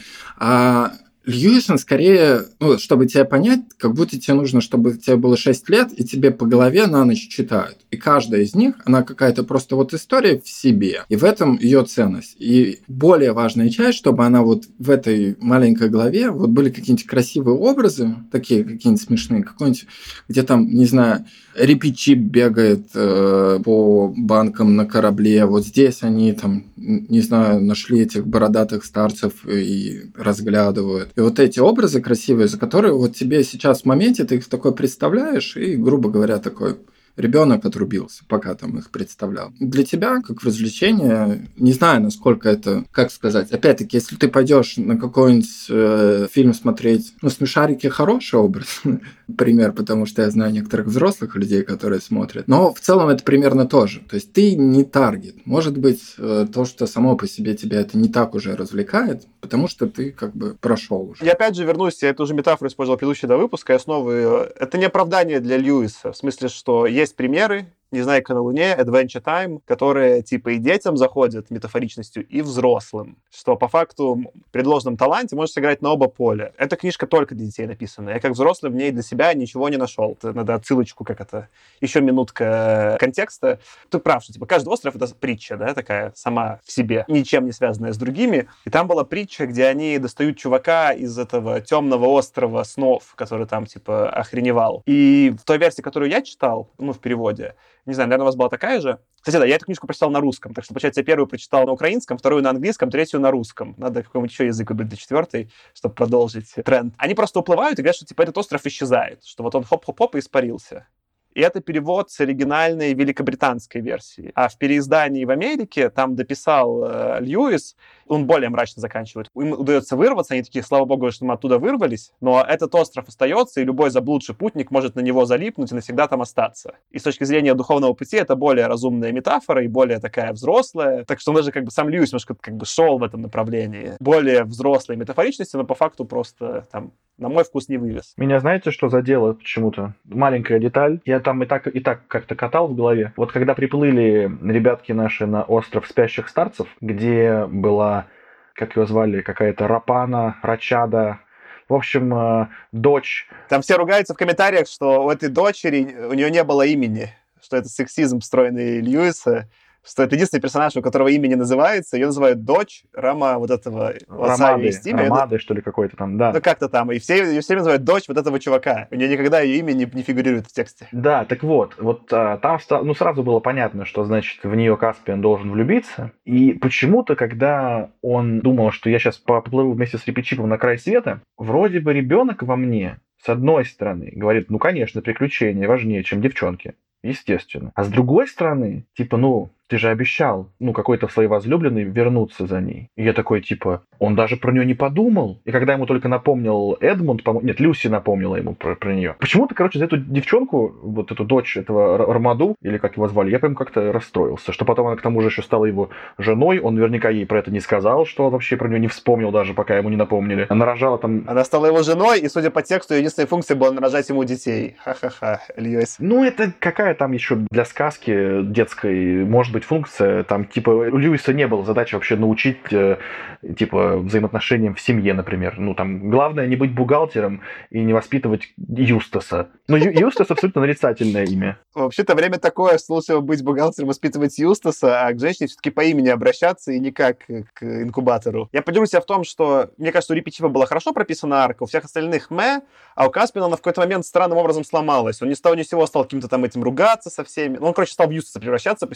А Льюисон скорее, ну, чтобы тебя понять, как будто тебе нужно, чтобы тебе было шесть лет, и тебе по голове на ночь читают. И каждая из них, она какая-то просто вот история в себе. И в этом ее ценность. И более важная часть, чтобы она вот в этой маленькой голове, вот были какие-нибудь красивые образы, такие какие-нибудь смешные, какой-нибудь, где там, не знаю, Рипичип бегает э, по банкам на корабле. Вот здесь они там, не знаю, нашли этих бородатых старцев и разглядывают. И вот эти образы красивые, за которые вот тебе сейчас в моменте ты их такой представляешь, и, грубо говоря, такой ребенок отрубился, пока там их представлял. Для тебя, как развлечение, не знаю, насколько это, как сказать, опять-таки, если ты пойдешь на какой-нибудь э, фильм смотреть, ну, «Смешарики» хороший образ, пример, потому что я знаю некоторых взрослых людей, которые смотрят, но в целом это примерно то же. То есть ты не таргет. Может быть, э, то, что само по себе тебя это не так уже развлекает, потому что ты как бы прошел уже. Я опять же вернусь, я эту же метафору использовал в предыдущие два выпуска, и основы. Это не оправдание для Льюиса, в смысле, что есть Есть примеры, «Незнайка на Луне», Adventure Time, которые типа и детям заходят метафоричностью, и взрослым. Что по факту при должном таланте можешь сыграть на оба поля. Эта книжка только для детей написана. Я как взрослый в ней для себя ничего не нашел. Надо отсылочку, как это, еще минутка контекста. Ты прав, что типа каждый остров — это притча, да, такая сама в себе, ничем не связанная с другими. И там была притча, где они достают чувака из этого темного острова снов, который там типа охреневал. И в той версии, которую я читал, ну, в переводе, не знаю, наверное, у вас была такая же. Кстати, да, я эту книжку прочитал на русском, так что, получается, я первую прочитал на украинском, вторую на английском, третью на русском. Надо какой-нибудь еще язык выбрать для четвертой, чтобы продолжить тренд. Они просто уплывают и говорят, что, типа, этот остров исчезает, что вот он хоп-хоп-хоп и испарился. И это перевод с оригинальной великобританской версии. А в переиздании в Америке там дописал э, Льюис, он более мрачно заканчивает. Им удается вырваться, они такие, слава богу, что мы оттуда вырвались, но этот остров остается, и любой заблудший путник может на него залипнуть и навсегда там остаться. И с точки зрения духовного пути это более разумная метафора и более такая взрослая. Так что он даже как бы сам Льюис немножко как бы шел в этом направлении. Более взрослой метафоричности, но по факту просто там, на мой вкус, не вывез. Меня знаете, что задело почему-то? Маленькая деталь. Я там и так, и так как-то катал в голове. Вот когда приплыли ребятки наши на остров спящих старцев, где была, как ее звали, какая-то Рапана, Рачада, в общем, дочь. Там все ругаются в комментариях, что у этой дочери, у нее не было имени, что это сексизм, встроенный Льюиса, что это единственный персонаж, у которого имя не называется. Ее называют дочь Рама вот этого Рамады, Рамады, что ли, какой-то там, да. Ну, как-то там. И все, ее все называют дочь вот этого чувака. У нее никогда ее имя не, не фигурирует в тексте. Да, так вот. Вот а, там ну, сразу было понятно, что, значит, в нее Каспиан должен влюбиться. И почему-то, когда он думал, что я сейчас поплыву вместе с Рипичипом на край света, вроде бы ребенок во мне, с одной стороны, говорит, ну, конечно, приключения важнее, чем девчонки. Естественно. А с другой стороны, типа, ну, ты же обещал, ну, какой-то своей возлюбленной вернуться за ней. И я такой, типа, он даже про нее не подумал. И когда ему только напомнил Эдмунд, по- нет, Люси напомнила ему про, про нее. Почему-то, короче, за эту девчонку, вот эту дочь этого Рамаду, или как его звали, я прям как-то расстроился. Что потом она к тому же еще стала его женой, он наверняка ей про это не сказал, что он вообще про нее не вспомнил даже, пока ему не напомнили. Она рожала там... Она стала его женой, и, судя по тексту, ее единственная функция была нарожать ему детей. Ха-ха-ха, Льюис. Ну, это какая там еще для сказки детской может быть функция, там, типа, у Льюиса не было задачи вообще научить, э, типа, взаимоотношениям в семье, например. Ну, там, главное не быть бухгалтером и не воспитывать Юстаса. Ну, Ю- Юстас абсолютно нарицательное имя. Вообще-то время такое, что лучше быть бухгалтером, воспитывать Юстаса, а к женщине все-таки по имени обращаться и не как к инкубатору. Я поделюсь в том, что, мне кажется, у Рипичипа была хорошо прописана арка, у всех остальных мэ, а у Каспиана она в какой-то момент странным образом сломалась. Он ни с того ни с сего стал каким-то там этим ругаться со всеми. Ну, он, короче, стал в Юстаса превращаться постепенно, что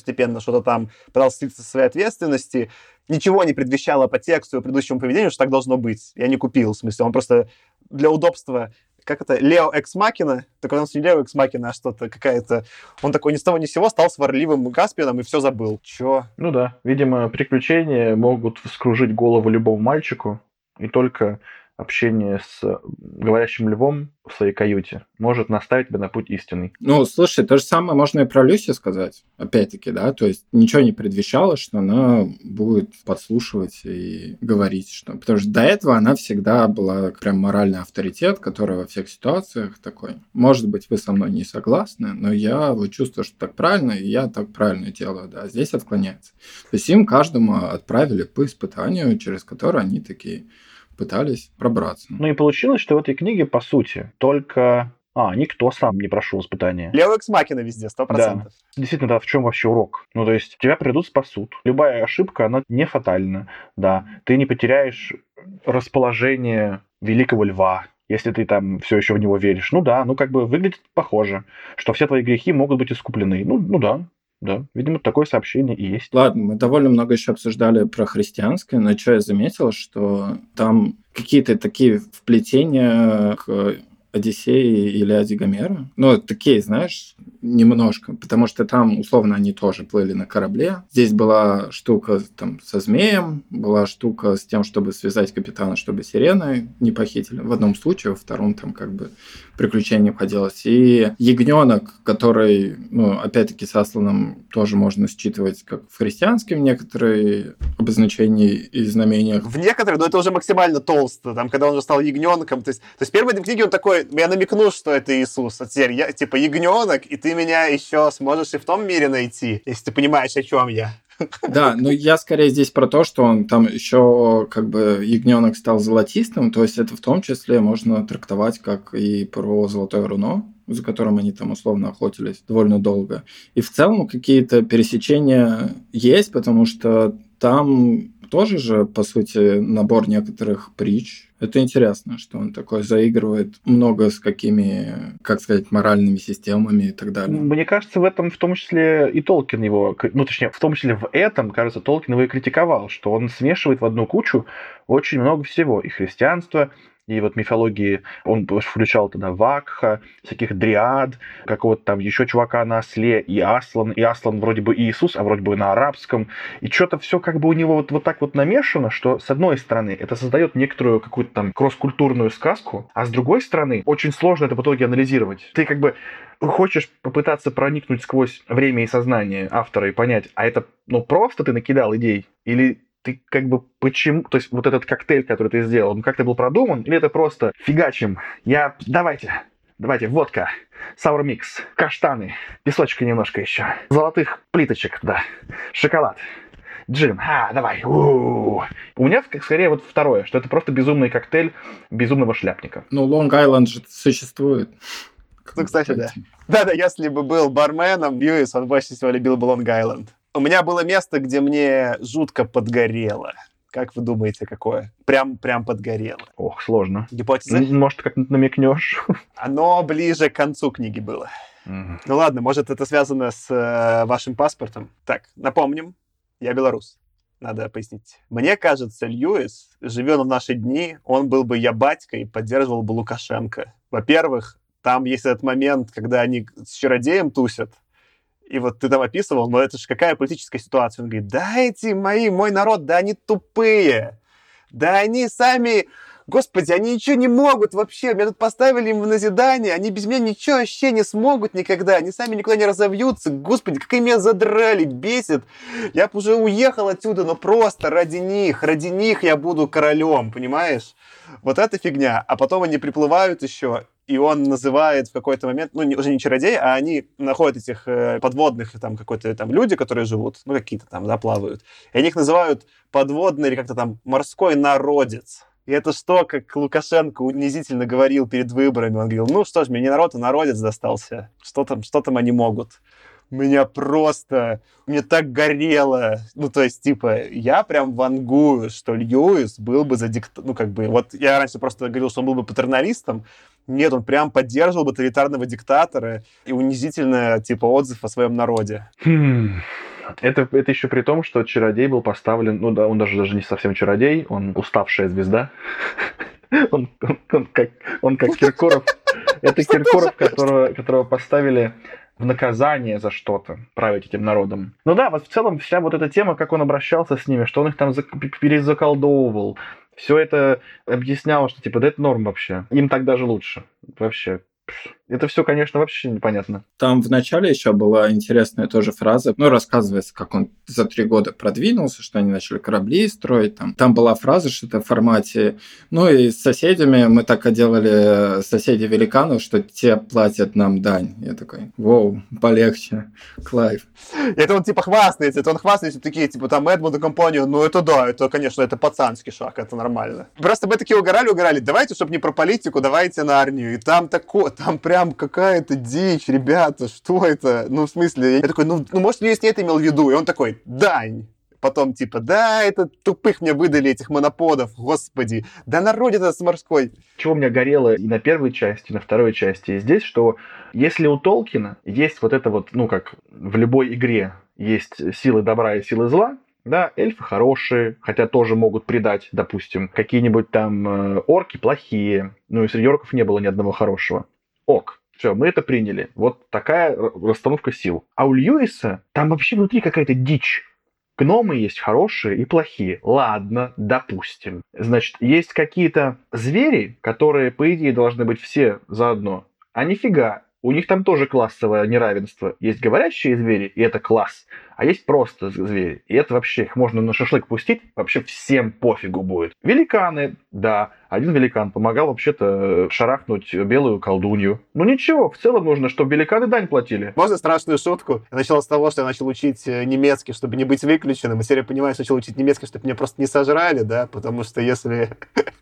что-то там пытался слиться со своей ответственности. Ничего не предвещало по тексту и предыдущему поведению, что так должно быть. Я не купил, в смысле, он просто для удобства... Как это? Лео Экс Махина. Так он не Лео Экс Махина, а что-то какая-то... Он такой ни с того ни с сего стал сварливым Каспианом и все забыл. Чё? Ну да, видимо, приключения могут вскружить голову любому мальчику, и только общение с говорящим львом в своей каюте может наставить тебя на путь истинный. Ну, слушай, то же самое можно и про Люси сказать. Опять-таки, да, то есть ничего не предвещало, что она будет подслушивать и говорить, что... Потому что до этого она всегда была прям моральный авторитет, который во всех ситуациях такой. Может быть, вы со мной не согласны, но я вот чувствую, что так правильно, и я так правильно делаю, да. Здесь отклоняется. То есть им каждому отправили по испытанию, через которое они такие... пытались пробраться. Ну и получилось, что в этой книге, по сути, только... А, никто сам не прошел испытания. Лео Экс Махина везде, сто процентов. Да. Действительно, да, в чем вообще урок? Ну, то есть, тебя придут спасут. Любая ошибка, она не фатальна, да. Ты не потеряешь расположение великого льва, если ты там все еще в него веришь. Ну да, ну как бы выглядит похоже, что все твои грехи могут быть искуплены. Ну, ну да. Да, видимо, такое сообщение и есть. Ладно, мы довольно много еще обсуждали про христианское, но что я заметил, что там какие-то такие вплетения к Одиссеи или Илиаде Гомера. Ну, такие, знаешь, немножко, потому что там, условно, они тоже плыли на корабле. Здесь была штука там со змеем, была штука с тем, чтобы связать капитана, чтобы сирены не похитили. В одном случае, во втором там как бы приключение обходилось. И ягненок, который, ну, опять-таки, с Асланом тоже можно считывать как в христианском некоторые обозначения и знамениях. В некоторых, но это уже максимально толсто. Там, когда он уже стал ягненком. То есть, то есть в первой книге он такой, я намекну, что это Иисус. А теперь я, типа, ягненок, и ты меня еще сможешь и в том мире найти, если ты понимаешь, о чем я. Да, но я скорее здесь про то, что он там еще как бы ягненок стал золотистым, то есть это в том числе можно трактовать как и про золотое руно, за которым они там условно охотились довольно долго. И в целом какие-то пересечения есть, потому что там тоже же, по сути, набор некоторых притч. Это интересно, что он такой заигрывает много с какими, как сказать, моральными системами и так далее. Мне кажется, в этом в том числе и Толкин его, ну, точнее, в том числе в этом, кажется, Толкин его и критиковал, что он смешивает в одну кучу очень много всего. И христианство, и вот мифологии он включал тогда Вакха, всяких дриад, какого-то там еще чувака на осле, и Аслан, и Аслан вроде бы Иисус, а вроде бы на арабском. И что-то все как бы у него вот, вот так вот намешано, что с одной стороны это создает некоторую какую-то там кросс-культурную сказку, а с другой стороны очень сложно это в итоге анализировать. Ты как бы хочешь попытаться проникнуть сквозь время и сознание автора и понять, а это ну просто ты накидал идей или ты как бы почему... То есть вот этот коктейль, который ты сделал, он как-то был продуман? Или это просто фигачим? Я... Давайте, давайте, водка, саур микс, каштаны, песочка немножко еще, золотых плиточек, да, шоколад, джин, а, давай. У-у-у. У меня скорее вот второе, что это просто безумный коктейль безумного шляпника. Ну, Лонг-Айленд же существует. Ну, кстати, да. Да-да, если бы был барменом, Льюис, он больше всего любил бы Лонг-Айленд. У меня было место, где мне жутко подгорело. Как вы думаете, какое? Прям, прям подгорело. Ох, сложно. Гипотеза? Может, как-нибудь намекнешь? Оно ближе к концу книги было. Mm-hmm. Ну ладно, может, это связано с э, вашим паспортом. Так, напомним, я белорус. Надо пояснить. Мне кажется, Льюис, живя в наши дни, он был бы я батька и поддерживал бы Лукашенко. Во-первых, там есть этот момент, когда они с чародеем тусят, и вот ты там описывал, но это же какая политическая ситуация? Он говорит, да эти мои, мой народ, да они тупые. Да они сами, господи, они ничего не могут вообще. Меня тут поставили им в назидание, они без меня ничего вообще не смогут никогда. Они сами никуда не разовьются. Господи, как они меня задрали, бесит. Я бы уже уехал отсюда, но просто ради них, ради них я буду королем, понимаешь? Вот эта фигня. А потом они приплывают еще, и он называет в какой-то момент, ну, не, уже не чародей, а они находят этих э, подводных, там, какой-то там люди, которые живут, ну, какие-то там, да, плавают. И они их называют подводный или как-то там морской народец. И это что, как Лукашенко унизительно говорил перед выборами. Он говорил, ну, что ж, мне не народ, а народец достался. Что там, что там они могут? Меня просто... Мне так горело. Ну, то есть, типа, я прям вангую, что Льюис был бы за диктатором. Ну, как бы, вот я раньше просто говорил, что он был бы патерналистом. Нет, он прям поддерживал бы тоталитарного диктатора и унизительно, типа, отзыв о своем народе. Хм. Это, это еще при том, что чародей был поставлен, ну да, он даже, даже не совсем чародей, он уставшая звезда. Он, он, он, как, он как Киркоров. Это Киркоров, которого, которого поставили в наказание за что-то, править этим народом. Ну да, вот в целом вся вот эта тема, как он обращался с ними, что он их там перезаколдовывал, все это объясняло, что типа, да это норм вообще. Им так даже лучше. Вообще. Это все, конечно, вообще непонятно. Там в начале еще была интересная тоже фраза. Ну, рассказывается, как он за три года продвинулся, что они начали корабли строить. Там, там была фраза, что это в формате... Ну, и с соседями мы так оделали соседей великанов, что те платят нам дань. Я такой, воу, полегче, Клайв. Это он типа хвастается, это он хвастается, такие, типа, там, Эдмунд и компания, ну, это да, это, конечно, это пацанский шаг, это нормально. Просто мы такие угорали, угорали, давайте, чтобы не про политику, давайте на армию. И там такое... Там прям какая-то дичь, ребята, что это? Ну, в смысле, я такой, ну, ну может, Льюис не это имел в виду? И он такой, дань. Потом, типа, да, это тупых мне выдали, этих моноподов, господи. Да народ это с морской. Чего у меня горело и на первой части, и на второй части, и здесь, что если у Толкина есть вот это вот, ну, как в любой игре, есть силы добра и силы зла, да, эльфы хорошие, хотя тоже могут предать, допустим, какие-нибудь там э, орки плохие, ну, и среди орков не было ни одного хорошего. Ок, все, мы это приняли. Вот такая расстановка сил. А у Льюиса там вообще внутри какая-то дичь. Гномы есть хорошие и плохие. Ладно, допустим. Значит, есть какие-то звери, которые, по идее, должны быть все заодно. А нифига. У них там тоже классовое неравенство. Есть говорящие звери, и это класс. А есть просто звери. И это вообще, их можно на шашлык пустить, вообще всем пофигу будет. Великаны, да. Один великан помогал вообще-то шарахнуть белую колдунью. Ну ничего, в целом нужно, чтобы великаны дань платили. Можно страшную шутку? Я начал с того, что я начал учить немецкий, чтобы не быть выключенным. И теперь я понимаю, что начал учить немецкий, чтобы меня просто не сожрали, да? Потому что если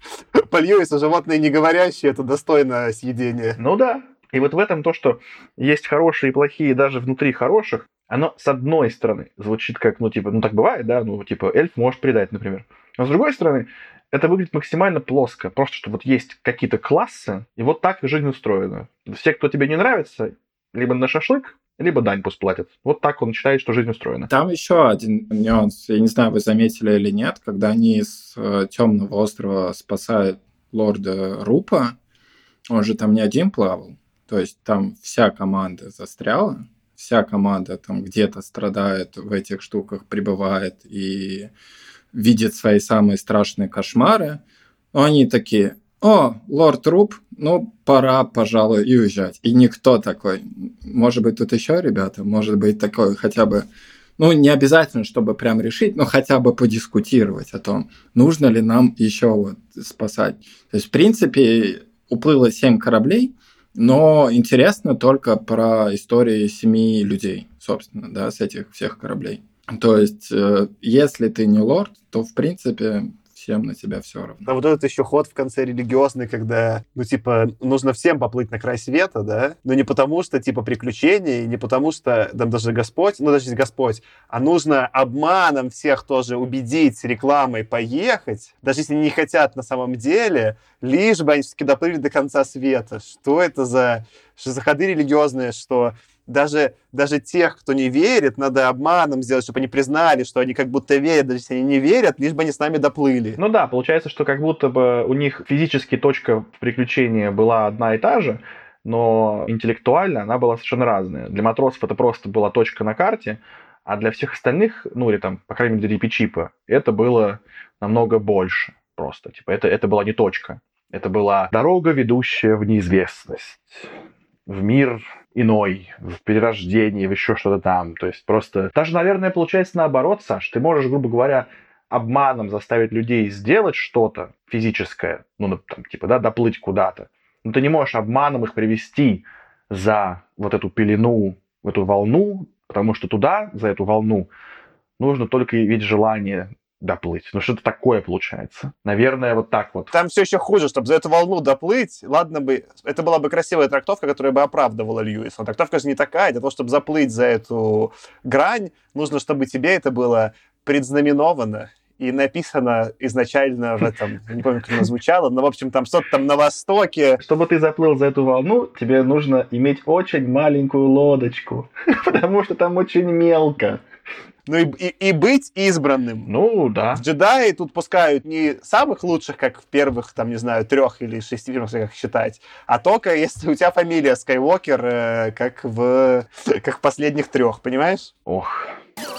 по Льюису животные не говорящие, это достойно съедения. Ну да. И вот в этом то, что есть хорошие и плохие даже внутри хороших, оно с одной стороны звучит как, ну, типа, ну, так бывает, да, ну, типа, эльф может предать, например. Но с другой стороны, это выглядит максимально плоско. Просто, что вот есть какие-то классы, и вот так жизнь устроена. Все, кто тебе не нравится, либо на шашлык, либо дань пусть платят. Вот так он считает, что жизнь устроена. Там еще один нюанс. Я не знаю, вы заметили или нет, когда они с Темного острова спасают лорда Рупа, он же там не один плавал. То есть там вся команда застряла, вся команда там где-то страдает, в этих штуках пребывает и видит свои самые страшные кошмары. Но они такие, о, лорд Руп, ну, пора, пожалуй, и уезжать. И никто такой, может быть, тут еще, ребята, может быть, такой хотя бы, ну, не обязательно, чтобы прям решить, но хотя бы подискутировать о том, нужно ли нам еще вот спасать. То есть, в принципе, уплыло семь кораблей, но интересно только про истории семи людей, собственно, да, с этих всех кораблей. То есть, э, если ты не лорд, то, в принципе, всем на тебя все равно. А вот этот еще ход в конце религиозный, когда, ну, типа, нужно всем поплыть на край света, да, но не потому что, типа, приключения, и не потому что там даже Господь, ну, даже Господь, а нужно обманом всех тоже убедить рекламой поехать, даже если не хотят на самом деле, лишь бы они все-таки доплыли до конца света. Что это за, что за ходы религиозные, что даже, даже тех, кто не верит, надо обманом сделать, чтобы они признали, что они как будто верят, даже если они не верят, лишь бы они с нами доплыли. Ну да, получается, что как будто бы у них физически точка приключения была одна и та же, но интеллектуально она была совершенно разная. Для матросов это просто была точка на карте, а для всех остальных, ну или там, по крайней мере, для Рипи-Чипа, это было намного больше просто. Типа это, это была не точка, это была дорога, ведущая в неизвестность, в мир иной, в перерождении, в еще что-то там. То есть просто... Даже, наверное, получается наоборот, Саш. Ты можешь, грубо говоря, обманом заставить людей сделать что-то физическое, ну, там, типа, да, доплыть куда-то. Но ты не можешь обманом их привести за вот эту пелену, в эту волну, потому что туда, за эту волну, нужно только иметь желание доплыть. Ну, что-то такое получается. Наверное, вот так вот. Там все еще хуже, чтобы за эту волну доплыть. Ладно бы, это была бы красивая трактовка, которая бы оправдывала Льюиса. Но трактовка же не такая. Для того, чтобы заплыть за эту грань, нужно, чтобы тебе это было предзнаменовано и написано изначально в этом, я не помню, как оно звучало, но, в общем, там что-то там на востоке. Чтобы ты заплыл за эту волну, тебе нужно иметь очень маленькую лодочку, потому что там очень мелко. но и, и, и быть избранным. Ну, да. В «Джедаи» тут пускают не самых лучших, как в первых, там, не знаю, трех или шести фильмах, как считать, а только если у тебя фамилия Скайуокер, э, как, в, как в последних трех, понимаешь? Ох.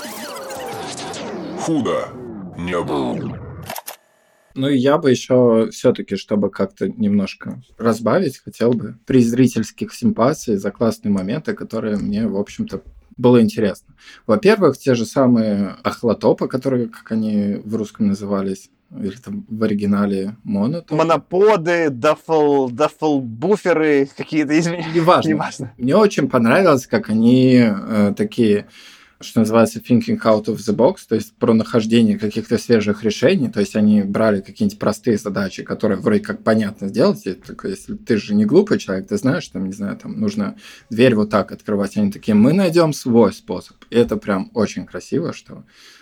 Худо не было. Ну, и я бы еще все-таки, чтобы как-то немножко разбавить, хотел бы при зрительских симпатий за классные моменты, которые мне, в общем-то, было интересно. Во-первых, те же самые ахлотопы, которые, как они в русском назывались, или там в оригинале моно. Моноподы, даффл, даффл-буферы какие-то, извините. Неважно. Неважно. Мне очень понравилось, как они э, такие... что называется thinking out of the box, то есть про нахождение каких-то свежих решений, то есть они брали какие-нибудь простые задачи, которые вроде как понятно сделать, и только если ты же не глупый человек, ты знаешь, там, не знаю, там нужно дверь вот так открывать, они такие, мы найдем свой способ. И это прям очень красиво, что,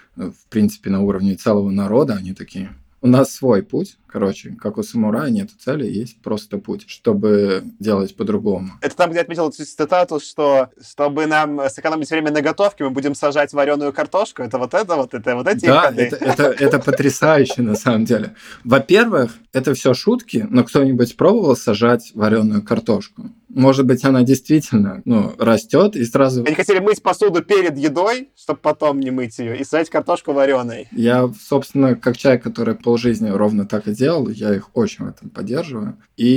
в принципе, на уровне целого народа они такие... У нас свой путь, короче, как у самурая, нет цели, есть просто путь, чтобы делать по-другому. Это там, где я отметил цитату, что чтобы нам сэкономить время на готовке, мы будем сажать вареную картошку. Это вот это вот, это вот эти да, ходы. это, это, это потрясающе на самом деле. Во-первых, это все шутки, но кто-нибудь пробовал сажать вареную картошку? Может быть, она действительно ну, растет и сразу... Они хотели мыть посуду перед едой, чтобы потом не мыть ее, и сажать картошку вареной. Я, собственно, как человек, который полжизни ровно так и делал, я их очень в этом поддерживаю. И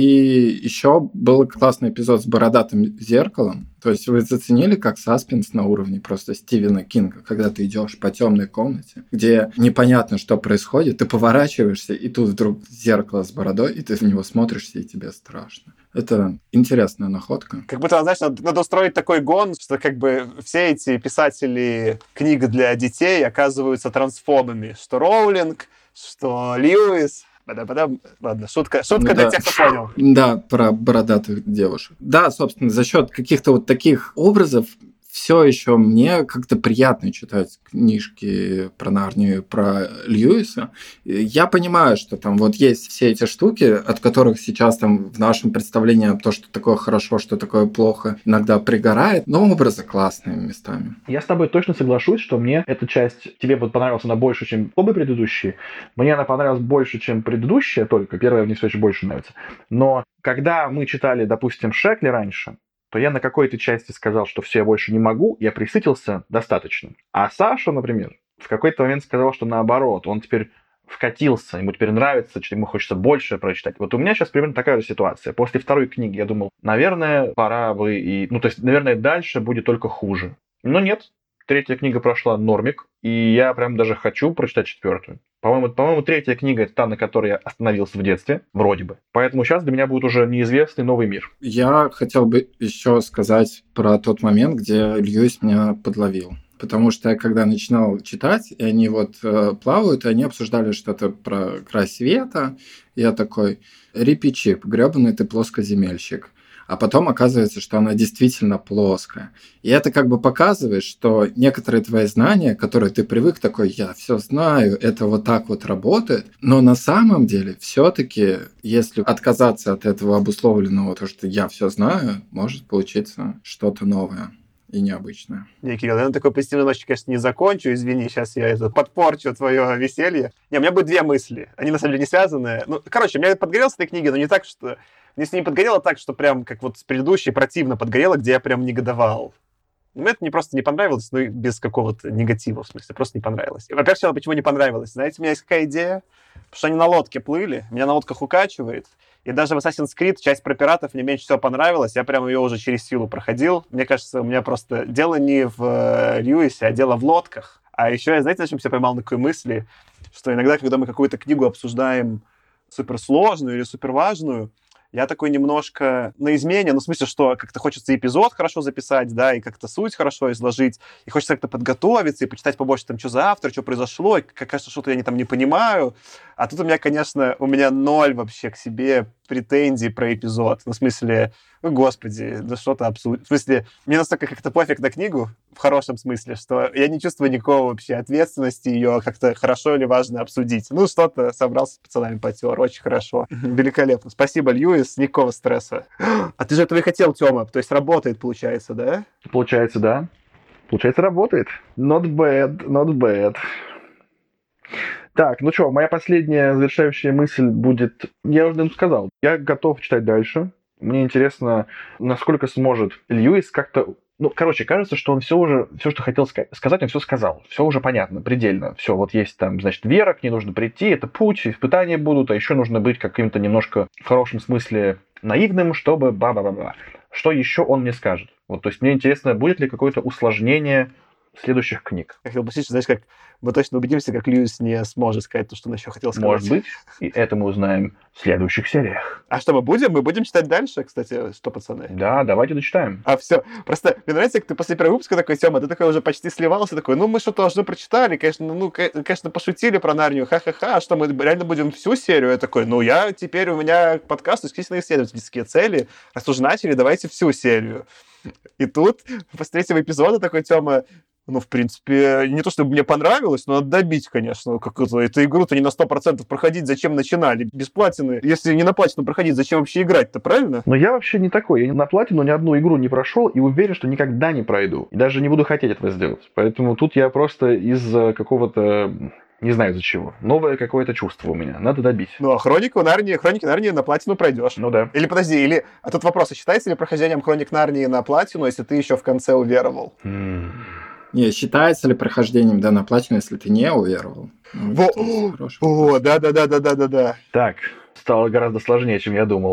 еще был классный эпизод с бородатым зеркалом. То есть вы заценили, как саспенс на уровне просто Стивена Кинга, когда ты идешь по темной комнате, где непонятно, что происходит, ты поворачиваешься, и тут вдруг зеркало с бородой, и ты в него смотришься, и тебе страшно. Это интересная находка. Как будто, знаешь, надо, надо устроить такой гон, что как бы все эти писатели книг для детей оказываются трансфобами. Что Роулинг, что Льюис... Ладно, шутка, шутка ну, для да. тех, кто понял. Да, про бородатых девушек. Да, собственно, за счет каких-то вот таких образов все еще мне как-то приятно читать книжки про Нарнию, про Льюиса. Я понимаю, что там вот есть все эти штуки, от которых сейчас там в нашем представлении то, что такое хорошо, что такое плохо, иногда пригорает, но образы классные местами. Я с тобой точно соглашусь, что мне эта часть, тебе вот понравилась она больше, чем оба предыдущие. Мне она понравилась больше, чем предыдущая только. Первая мне все еще больше нравится. Но когда мы читали, допустим, Шекли раньше, то я на какой-то части сказал, что все, я больше не могу, я присытился достаточно. А Саша, например, в какой-то момент сказал, что наоборот, он теперь вкатился, ему теперь нравится, ему хочется больше прочитать. Вот у меня сейчас примерно такая же ситуация. После второй книги я думал, наверное, пора бы и... Ну, то есть, наверное, дальше будет только хуже. Но нет. Третья книга прошла нормик, и я прям даже хочу прочитать четвертую. По-моему, по-моему, третья книга — это та, на которой я остановился в детстве, вроде бы. Поэтому сейчас для меня будет уже неизвестный новый мир. Я хотел бы еще сказать про тот момент, где Льюис меня подловил. Потому что я когда начинал читать, и они вот э, плавают, и они обсуждали что-то про край света, и я такой, рипи-чип, грёбаный ты плоскоземельщик. А потом оказывается, что она действительно плоская. И это как бы показывает, что некоторые твои знания, которые ты привык, такой, я все знаю, это вот так вот работает. Но на самом деле, все-таки, если отказаться от этого обусловленного, то, что я все знаю, может получиться что-то новое и необычное. Не, Кирилл, я на такой позитивной ночи, конечно, не закончу, извини, сейчас я это подпорчу твое веселье. Не, у меня будет две мысли, они на самом деле не связаны. Ну, короче, у меня подгорело с этой книги, но не так, что... Мне с ней подгорело так, что прям как вот с предыдущей противно подгорело, где я прям негодовал. Мне это не просто не понравилось, но и без какого-то негатива, в смысле, просто не понравилось. И, во-первых, сначала, почему не понравилось? Знаете, у меня есть какая идея? Потому что они на лодке плыли, меня на лодках укачивает, и даже в Assassin's Creed часть про пиратов мне меньше всего понравилась, я прям ее уже через силу проходил. Мне кажется, у меня просто дело не в э, Льюисе, а дело в лодках. А еще я, знаете, зачем себя поймал на такой мысли, что иногда, когда мы какую-то книгу обсуждаем суперсложную или суперважную, я такой немножко на измене, ну, в смысле, что как-то хочется эпизод хорошо записать, да, и как-то суть хорошо изложить, и хочется как-то подготовиться и почитать побольше, там, что за автор, что произошло, и, кажется, что-то я не, там не понимаю. А тут у меня, конечно, у меня ноль вообще к себе претензий про эпизод. Ну, в смысле, ну, господи, да что-то абсолютно... В смысле, мне настолько как-то пофиг на книгу, в хорошем смысле, что я не чувствую никакого вообще ответственности ее как-то хорошо или важно обсудить. Ну, что-то собрался с пацанами потер, очень хорошо. Великолепно. Спасибо, Льюис, никакого стресса. А ты же этого и хотел, Тёма, то есть работает, получается, да? Получается, да. Получается, работает. Not bad, not bad. Так, ну что, моя последняя завершающая мысль будет... Я уже им сказал. Я готов читать дальше. Мне интересно, насколько сможет Льюис как-то... Ну, короче, кажется, что он все уже, все, что хотел сказать, он все сказал. Все уже понятно, предельно. Все, вот есть там, значит, вера, к ней нужно прийти, это путь, испытания будут, а еще нужно быть каким-то немножко в хорошем смысле наивным, чтобы ба-ба-ба-ба. Что еще он мне скажет? Вот, то есть мне интересно, будет ли какое-то усложнение следующих книг. Я хотел бы, знаешь, как мы точно убедимся, как Льюис не сможет сказать то, что он еще хотел сказать. Может быть, и это мы узнаем в следующих сериях. А что мы будем? Мы будем читать дальше, кстати, что, пацаны? Да, давайте дочитаем. А все. Просто мне нравится, как ты после первого выпуска такой, Тёма, ты такой уже почти сливался, такой, ну, мы что-то уже прочитали, конечно, ну, конечно, пошутили про Нарнию, ха-ха-ха, а что, мы реально будем всю серию? Я такой, ну, я теперь, у меня подкаст исключительно исследовательские цели, раз уж начали, давайте всю серию. И тут, после третьего эпизода такой, Тёма, ну, в принципе, не то, чтобы мне понравилось, но надо добить, конечно. Как это, эту игру-то не на сто процентов проходить, зачем начинали? Без платины. Если не на платину проходить, зачем вообще играть-то, правильно? Но я вообще не такой. Я на платину ни одну игру не прошел и уверен, что никогда не пройду. И даже не буду хотеть этого сделать. Поэтому тут я просто из какого-то... Не знаю из-за чего. Новое какое-то чувство у меня. Надо добить. Ну, а Хронику Нарнии, Хроники Нарнии на платину пройдешь. Ну да. Или подожди, или... А тут вопрос, а считается ли прохождением Хроник Нарнии на платину, если ты еще в конце уверовал? Mm. Не, считается ли прохождением, да, на платину, если ты не уверовал? Ну, Во... О, да-да-да-да-да-да-да. Так, стало гораздо сложнее, чем я думал.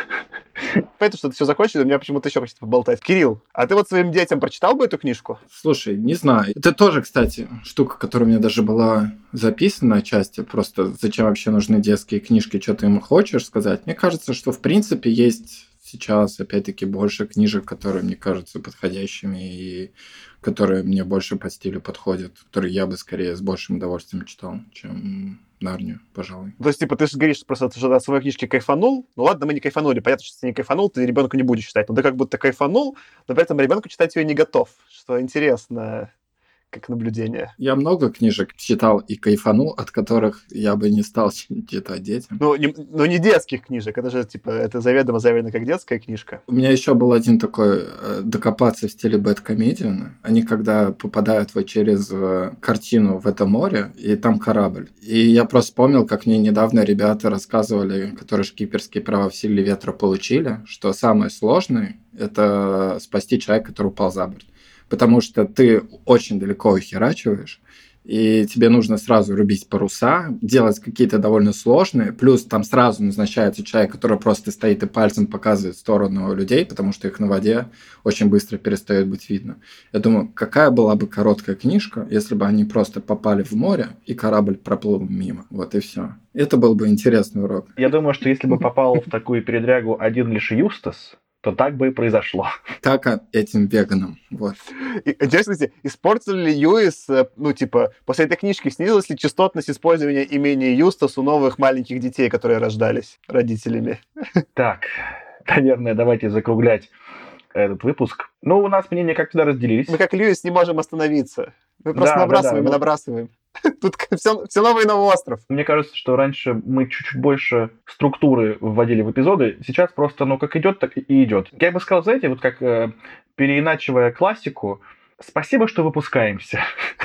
Поэтому, что ты все закончил, у меня почему-то еще хочется поболтать. Кирилл, а ты вот своим детям прочитал бы эту книжку? Слушай, не знаю. Это тоже, кстати, штука, которая у меня даже была записана отчасти. Просто зачем вообще нужны детские книжки, что ты им хочешь сказать? Мне кажется, что в принципе есть сейчас, опять-таки, больше книжек, которые мне кажутся подходящими и которые мне больше по стилю подходят, которые я бы скорее с большим удовольствием читал, чем Нарнию, пожалуй. То есть, типа, ты же говоришь, что просто ты же от своей книжки кайфанул. Ну ладно, мы не кайфанули. Понятно, что если ты не кайфанул, ты ребенку не будешь читать. Но ты как будто кайфанул, но при этом ребенку читать ее не готов. Что интересно, как наблюдение. Я много книжек читал и кайфанул, от которых я бы не стал читать детям. Ну, не, ну, не детских книжек. Это же, типа, это заведомо заявлено как детская книжка. У меня еще был один такой э, докопаться в стиле бэдкомедиан. Они когда попадают вот через э, картину в это море, и там корабль. И я просто вспомнил, как мне недавно ребята рассказывали, которые шкиперские права в силе ветра получили, что самое сложное — это спасти человека, который упал за борт. Потому что ты очень далеко ухерачиваешь, и тебе нужно сразу рубить паруса, делать какие-то довольно сложные, плюс там сразу назначается человек, который просто стоит и пальцем показывает в сторону людей, потому что их на воде очень быстро перестает быть видно. Я думаю, какая была бы короткая книжка, если бы они просто попали в море, и корабль проплыл мимо. Вот и все. Это был бы интересный урок. Я думаю, что если бы попал в такую передрягу один лишь Юстас, то так бы и произошло. Так этим веганам. Вот. Интересно, кстати, испортил ли Льюис, ну, типа, после этой книжки снизилась ли частотность использования имени Юстас у новых маленьких детей, которые рождались родителями? Так, наверное, давайте закруглять этот выпуск. Ну, у нас мнения как всегда разделились. Мы как Льюис не можем остановиться. Мы просто да, набрасываем да, да, и набрасываем. Тут все, все новый и новый остров. Мне кажется, что раньше мы чуть-чуть больше структуры вводили в эпизоды. Сейчас просто, ну, как идет, так и идет. Я бы сказал, знаете, вот как э, переиначивая классику, спасибо, что выпускаемся.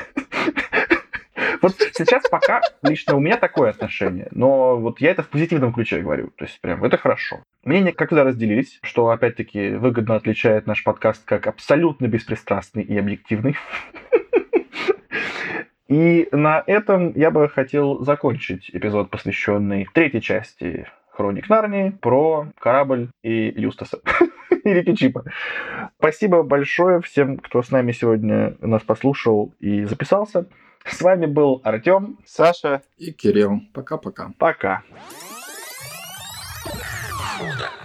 Вот сейчас пока лично у меня такое отношение, но вот я это в позитивном ключе говорю, то есть прям это хорошо. Мнения как всегда разделились, что опять-таки выгодно отличает наш подкаст как абсолютно беспристрастный и объективный. И на этом я бы хотел закончить эпизод, посвященный третьей части Хроник Нарнии, про корабль и Юстаса. Или Пичипа. Спасибо большое всем, кто с нами сегодня нас послушал и записался. С вами был Артем, Саша и Кирилл. Пока-пока. Пока. Худо